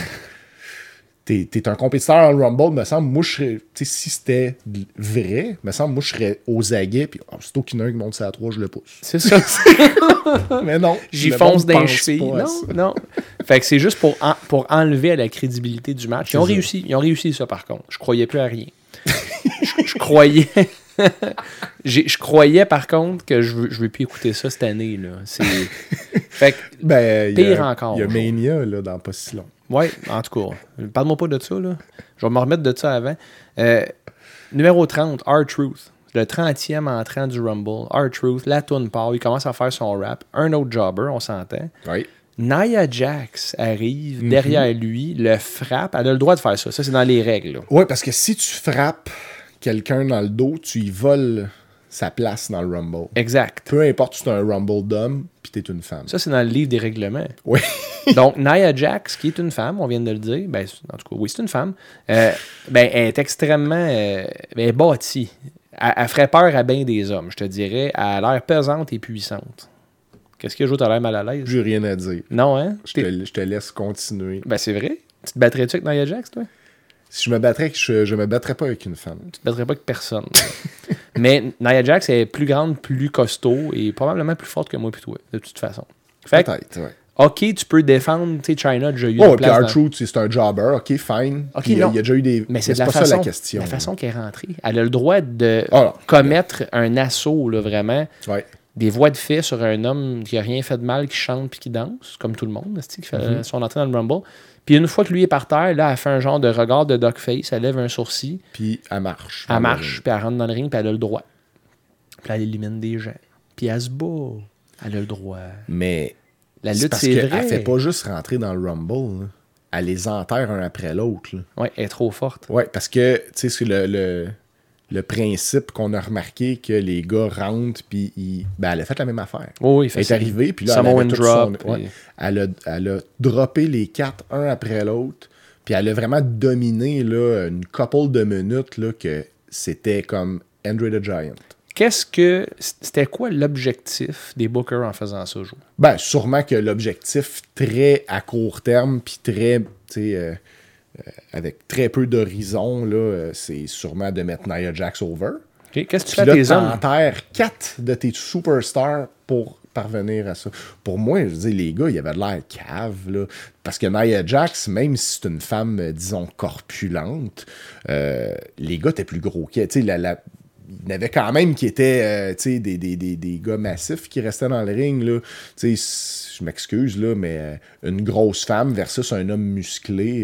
T'es un compétiteur dans le Rumble, me semble. Moi, je serais... Tu sais, si c'était vrai, me semble, moi, je serais aux aguets. Puis, aussitôt qu'il y en a un qui monte sa 3, je le pousse. C'est ça. Mais non. J'y fonce d'un cheville. Non. Fait que c'est juste pour enlever à la crédibilité du match. Ils ont réussi. Ils ont réussi, ça, par contre. Je croyais plus à rien. Je croyais... je croyais, par contre, que je veux plus écouter ça cette année. Là. Fait que, pire encore. Il y a Mania, là, dans pas si long. Oui, en tout cas. Parle-moi pas de ça, là. Je vais me remettre de ça avant. Numéro 30, R-Truth. Le 30e entrant du Rumble. R-Truth, la toune part. Il commence à faire son rap. Un autre jobber, on s'entend. Oui. Nia Jax arrive derrière lui, le frappe. Elle a le droit de faire ça. Ça, c'est dans les règles. Oui, parce que si tu frappes quelqu'un dans le dos, tu y voles sa place dans le Rumble. Exact. Peu importe si c'est un Rumble d'homme, puis t'es une femme. Ça, c'est dans le livre des règlements. Oui. Donc, Nia Jax, qui est une femme, on vient de le dire, ben, en tout cas, oui, c'est une femme, elle est extrêmement elle est bâtie. Elle ferait peur à bien des hommes, je te dirais. Elle a l'air pesante et puissante. Qu'est-ce que tu as l'air mal à l'aise? J'ai rien à dire. Non, hein? Je te laisse continuer. Ben, c'est vrai. Tu te battrais-tu avec Nia Jax, toi? Si je me battrais, je me battrais pas avec une femme. Tu te battrais pas avec personne. Mais Nia Jax est plus grande, plus costaud et probablement plus forte que moi et toi, de toute façon. Fait peut-être, ouais. OK, tu peux défendre, tu sais, Chyna a déjà eu une place. Oh, puis R-Truth, c'est un jobber, OK, fine. OK, il y a déjà eu des... Mais c'est pas ça la question. La façon qu'elle est rentrée. Elle a le droit de commettre un assaut, là, vraiment. Ouais. Des voix de fait sur un homme qui a rien fait de mal, qui chante puis qui danse, comme tout le monde, qui fait son entrée dans le Rumble. Puis une fois que lui est par terre, là, elle fait un genre de regard de dogface, elle lève un sourcil. Puis elle marche. Elle marche, puis elle rentre dans le ring, puis elle a le droit. Puis elle élimine des gens. Puis elle se bat. Elle a le droit. Mais la lutte, c'est vrai. Elle fait pas juste rentrer dans le Rumble. Là. Elle les enterre un après l'autre. Oui, elle est trop forte. Oui, parce que, tu sais, c'est le principe qu'on a remarqué que les gars rentrent, puis elle a fait la même affaire. Oui, elle est arrivée, puis là, elle a droppé les 4 un après l'autre, puis elle a vraiment dominé là, une couple de minutes là, que c'était comme Andre the Giant. C'était quoi l'objectif des bookers en faisant ça, Jo? Ben, sûrement que l'objectif très à court terme, puis très, tu sais... avec très peu d'horizon, là, c'est sûrement de mettre Nia Jax over. Okay. Qu'est-ce que tu fais à tes hommes? Tu enterres 4 de tes superstars pour parvenir à ça. Pour moi, je veux dire, les gars, il y avait de l'air cave, là. Parce que Nia Jax, même si c'est une femme, disons, corpulente, les gars étaient plus gros qu'elle. Tu sais, il y en avait quand même qui étaient des gars massifs qui restaient dans le ring. Là. Je m'excuse, là, mais une grosse femme versus un homme musclé,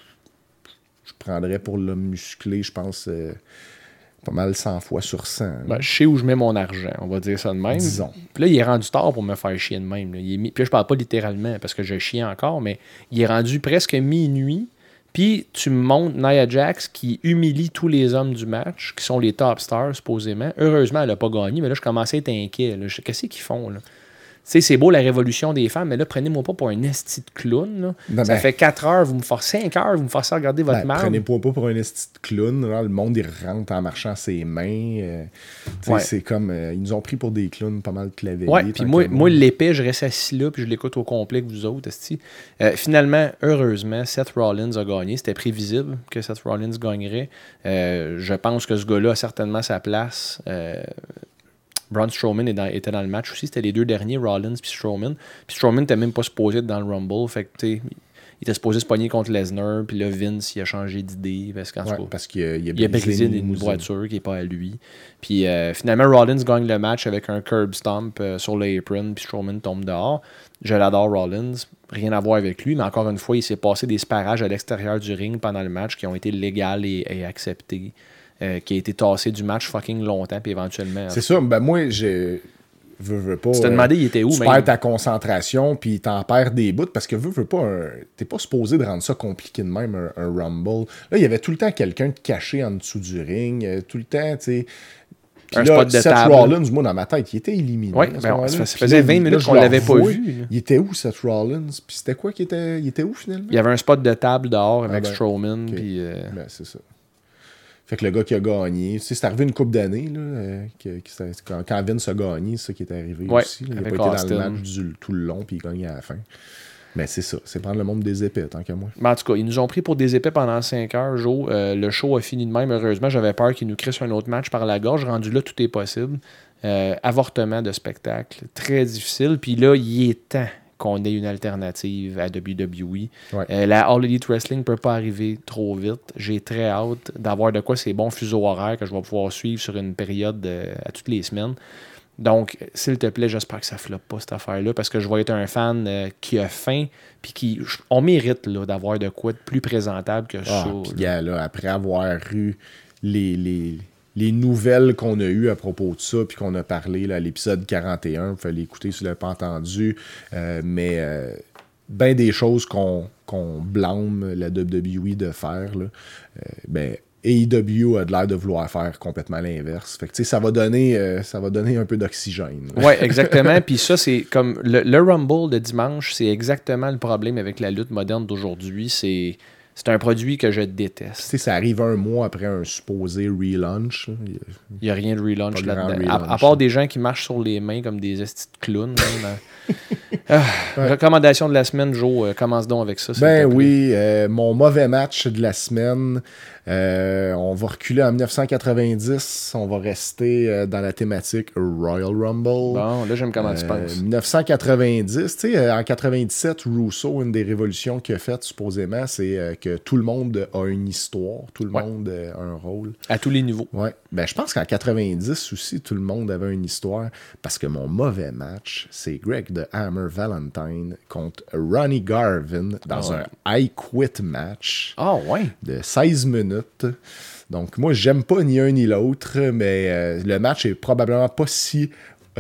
je prendrais pour l'homme musclé, je pense, pas mal 100 fois sur 100. Ben, je sais où je mets mon argent, on va dire ça de même. Disons. Puis là, il est rendu tard pour me faire chier de même. Là. Puis là, je parle pas littéralement parce que je chie encore, mais il est rendu presque minuit. Puis tu me montres Nia Jax qui humilie tous les hommes du match, qui sont les top stars, supposément. Heureusement, elle n'a pas gagné, mais là, je commençais à être inquiet. Qu'est-ce qu'ils font, là? Tu sais, c'est beau la révolution des femmes, mais là, prenez-moi pas pour un esti de clown. Là. Non, ça fait 4 heures, vous me forcez 5 heures, vous me forcez à regarder votre marde. Prenez-moi pas pour un esti de clown. Là, le monde, il rentre en marchant ses mains. C'est comme... ils nous ont pris pour des clowns pas mal claviers. Ouais, puis moi, l'épée, je reste assis là, puis je l'écoute au complet que vous autres, esti. Finalement, heureusement, Seth Rollins a gagné. C'était prévisible que Seth Rollins gagnerait. Je pense que ce gars-là a certainement sa place Braun Strowman était dans le match aussi. C'était les deux derniers, Rollins puis Strowman. Puis Strowman n'était même pas supposé être dans le Rumble. Fait que, tu sais, il était supposé se pogner contre Lesnar. Puis là, Vince, il a changé d'idée. Parce qu'il a brisé une voiture qui n'est pas à lui. Puis finalement, Rollins gagne le match avec un curb stomp sur l'apron. Puis Strowman tombe dehors. Je l'adore, Rollins. Rien à voir avec lui. Mais encore une fois, il s'est passé des sparages à l'extérieur du ring pendant le match qui ont été légales et acceptés. Qui a été tassé du match fucking longtemps, puis éventuellement... C'est ça, ben moi, veux pas... Tu t'as demandé, il était où, tu perds ta concentration, puis t'en perds des bouts, parce que veux pas... T'es pas supposé de rendre ça compliqué de même, un Rumble. Là, il y avait tout le temps quelqu'un de caché en dessous du ring, tout le temps, tu sais... Puis un là, spot de Seth table. Rollins, moi, dans ma tête, il était éliminé. Oui, ça faisait 20 minutes qu'on l'avait pas vu. Il était où, Seth Rollins? Puis c'était quoi qui était... Il était où, finalement? Il y avait un spot de table dehors avec ben, Strowman, okay. puis... Ben, c'est ça. Fait que le gars qui a gagné, tu sais, c'est arrivé une couple d'années, là, quand Vince a gagné, c'est ça qui est arrivé aussi. Là. Il n'a pas été dans le match tout le long, puis il gagne à la fin. Mais c'est ça, c'est prendre le monde des épées, tant qu'à moi. Mais en tout cas, ils nous ont pris pour des épées pendant 5 heures, Joe. Le show a fini de même, heureusement. J'avais peur qu'ils nous crissent un autre match par la gorge. Rendu là, tout est possible. Avortement de spectacle, très difficile. Puis là, il est temps qu'on ait une alternative à WWE. Ouais. La All Elite Wrestling ne peut pas arriver trop vite. J'ai très hâte d'avoir de quoi ces bons fuseaux horaires que je vais pouvoir suivre sur une période à toutes les semaines. Donc, s'il te plaît, j'espère que ça ne floppe pas cette affaire-là parce que je vais être un fan qui a faim puis on mérite là, d'avoir de quoi de plus présentable que ça. Puis, là, après avoir eu les nouvelles qu'on a eues à propos de ça, puis qu'on a parlé là, à l'épisode 41, il fallait écouter si vous ne l'avez pas entendu, mais bien des choses qu'on blâme la WWE de faire, là, AEW a de l'air de vouloir faire complètement l'inverse. Fait que, ça va donner un peu d'oxygène. Oui, exactement. Puis ça, c'est comme le Rumble de dimanche, c'est exactement le problème avec la lutte moderne d'aujourd'hui. C'est un produit que je déteste. Ça arrive un mois après un supposé relaunch. Il n'y a rien de relaunch là-dedans. À part des gens qui marchent sur les mains comme des estis de clowns. Recommandation de la semaine, Joe, commence donc avec ça. Oui, mon mauvais match de la semaine. On va reculer en 1990. On va rester dans la thématique Royal Rumble. Bon, là, j'aime comment tu penses. 1990, tu sais, en 97, Russo, une des révolutions qu'il a faites, supposément, c'est que tout le monde a une histoire, tout le monde a un rôle. À tous les niveaux. Ouais. Je pense qu'en 90 aussi, tout le monde avait une histoire, parce que mon mauvais match, c'est Greg the Hammer Valentine contre Ronnie Garvin dans un I Quit match de 16 minutes. Donc, moi, j'aime pas ni un ni l'autre, mais le match est probablement pas si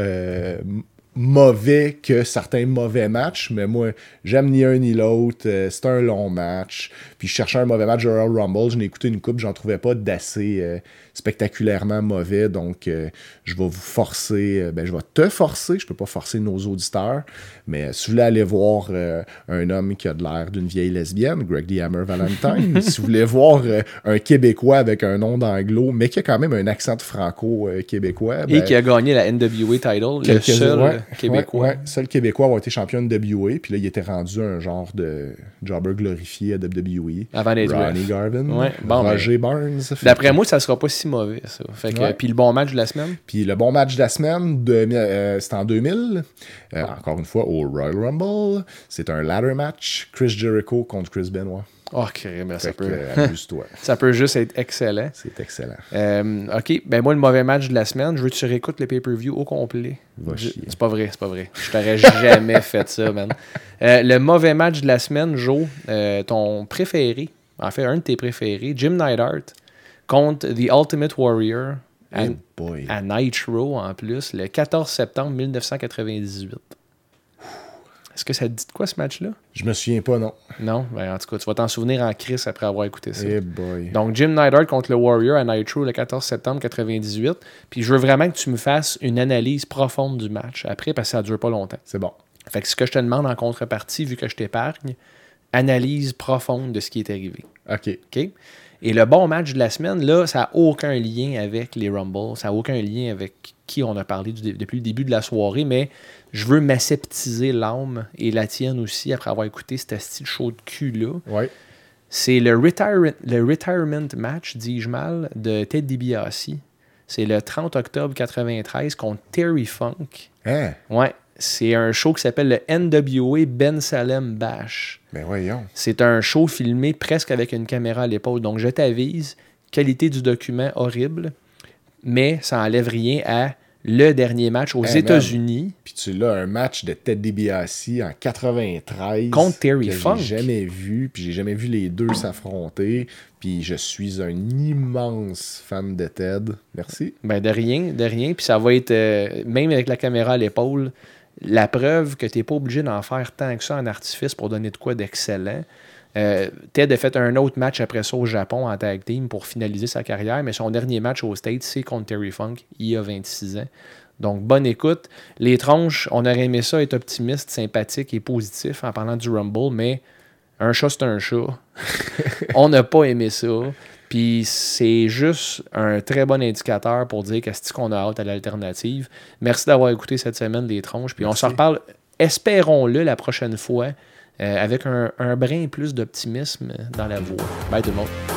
mauvais que certains mauvais matchs, mais moi, j'aime ni un ni l'autre. C'est un long match. Puis, je cherchais un mauvais match de Royal Rumble. Je n'ai écouté une coupe, j'en trouvais pas d'assez spectaculairement mauvais. Donc, je vais vous forcer, je vais te forcer. Je peux pas forcer nos auditeurs, mais si vous voulez aller voir un homme qui a de l'air d'une vieille lesbienne, Greg the Hammer Valentine, si vous voulez voir un Québécois avec un nom d'anglo, mais qui a quand même un accent de franco-québécois. Et qui a gagné la NWA title, le seul Québécois. Seul Québécois à avoir été champion de NWA, puis là, il était rendu un genre de jobber glorifié à WWE. Avant d'être Ronnie Garvin, Roger Barnes. D'après moi, ça sera pas si mauvais, ça. Fait que, puis le bon match de la semaine? Puis le bon match de la semaine, c'est en 2000. Encore une fois, au Royal Rumble. C'est un ladder match. Chris Jericho contre Chris Benoit. OK, ben ça peut... Amuse-toi. Ça peut juste être excellent. C'est excellent. OK, moi, le mauvais match de la semaine, je veux que tu réécoutes le pay-per-view au complet. C'est pas vrai. Je t'aurais jamais fait ça, man. Le mauvais match de la semaine, Joe, ton préféré, en fait, un de tes préférés, Jim Neidhart, contre The Ultimate Warrior à Nitro, en plus, le 14 septembre 1998. Est-ce que ça te dit de quoi, ce match-là? Je me souviens pas, non. Non? En tout cas, tu vas t'en souvenir en crise après avoir écouté ça. Hey boy. Donc, Jim Neidhart contre le Warrior à Nitro le 14 septembre 1998. Puis je veux vraiment que tu me fasses une analyse profonde du match après, parce que ça dure pas longtemps. C'est bon. Fait que ce que je te demande en contrepartie, vu que je t'épargne, analyse profonde de ce qui est arrivé. OK. Et le bon match de la semaine, là, ça n'a aucun lien avec les Rumbles, ça n'a aucun lien avec qui on a parlé depuis le début de la soirée, mais je veux m'aseptiser l'âme, et la tienne aussi, après avoir écouté cet style show de cul-là. Ouais. C'est le retirement match, dis-je mal, de Ted DiBiase C'est le 30 octobre 93 contre Terry Funk. Hein? Ouais. C'est un show qui s'appelle le NWA Ben Salem Bash. Ben voyons. C'est un show filmé presque avec une caméra à l'épaule. Donc, je t'avise, qualité du document horrible, mais ça n'enlève rien à le dernier match aux États-Unis. Puis tu l'as, un match de Ted DiBiase en 93. Contre Terry que Funk. J'ai jamais vu, puis j'ai jamais vu les deux s'affronter. Puis je suis un immense fan de Ted. Merci. Ben de rien. Puis ça va être, même avec la caméra à l'épaule, la preuve que tu n'es pas obligé d'en faire tant que ça en artifice pour donner de quoi d'excellent. Ted a fait un autre match après ça au Japon en tag team pour finaliser sa carrière, mais son dernier match aux States, c'est contre Terry Funk, il y a 26 ans. Donc, bonne écoute. Les tronches, on aurait aimé ça être optimiste, sympathique et positif en parlant du Rumble, mais un chat, c'est un chat. On n'a pas aimé ça. Puis c'est juste un très bon indicateur pour dire qu'est-ce qu'on a hâte à l'alternative. Merci d'avoir écouté cette semaine les tronches. Puis on se reparle, espérons-le, la prochaine fois, avec un brin plus d'optimisme dans la voix. Bye tout le monde.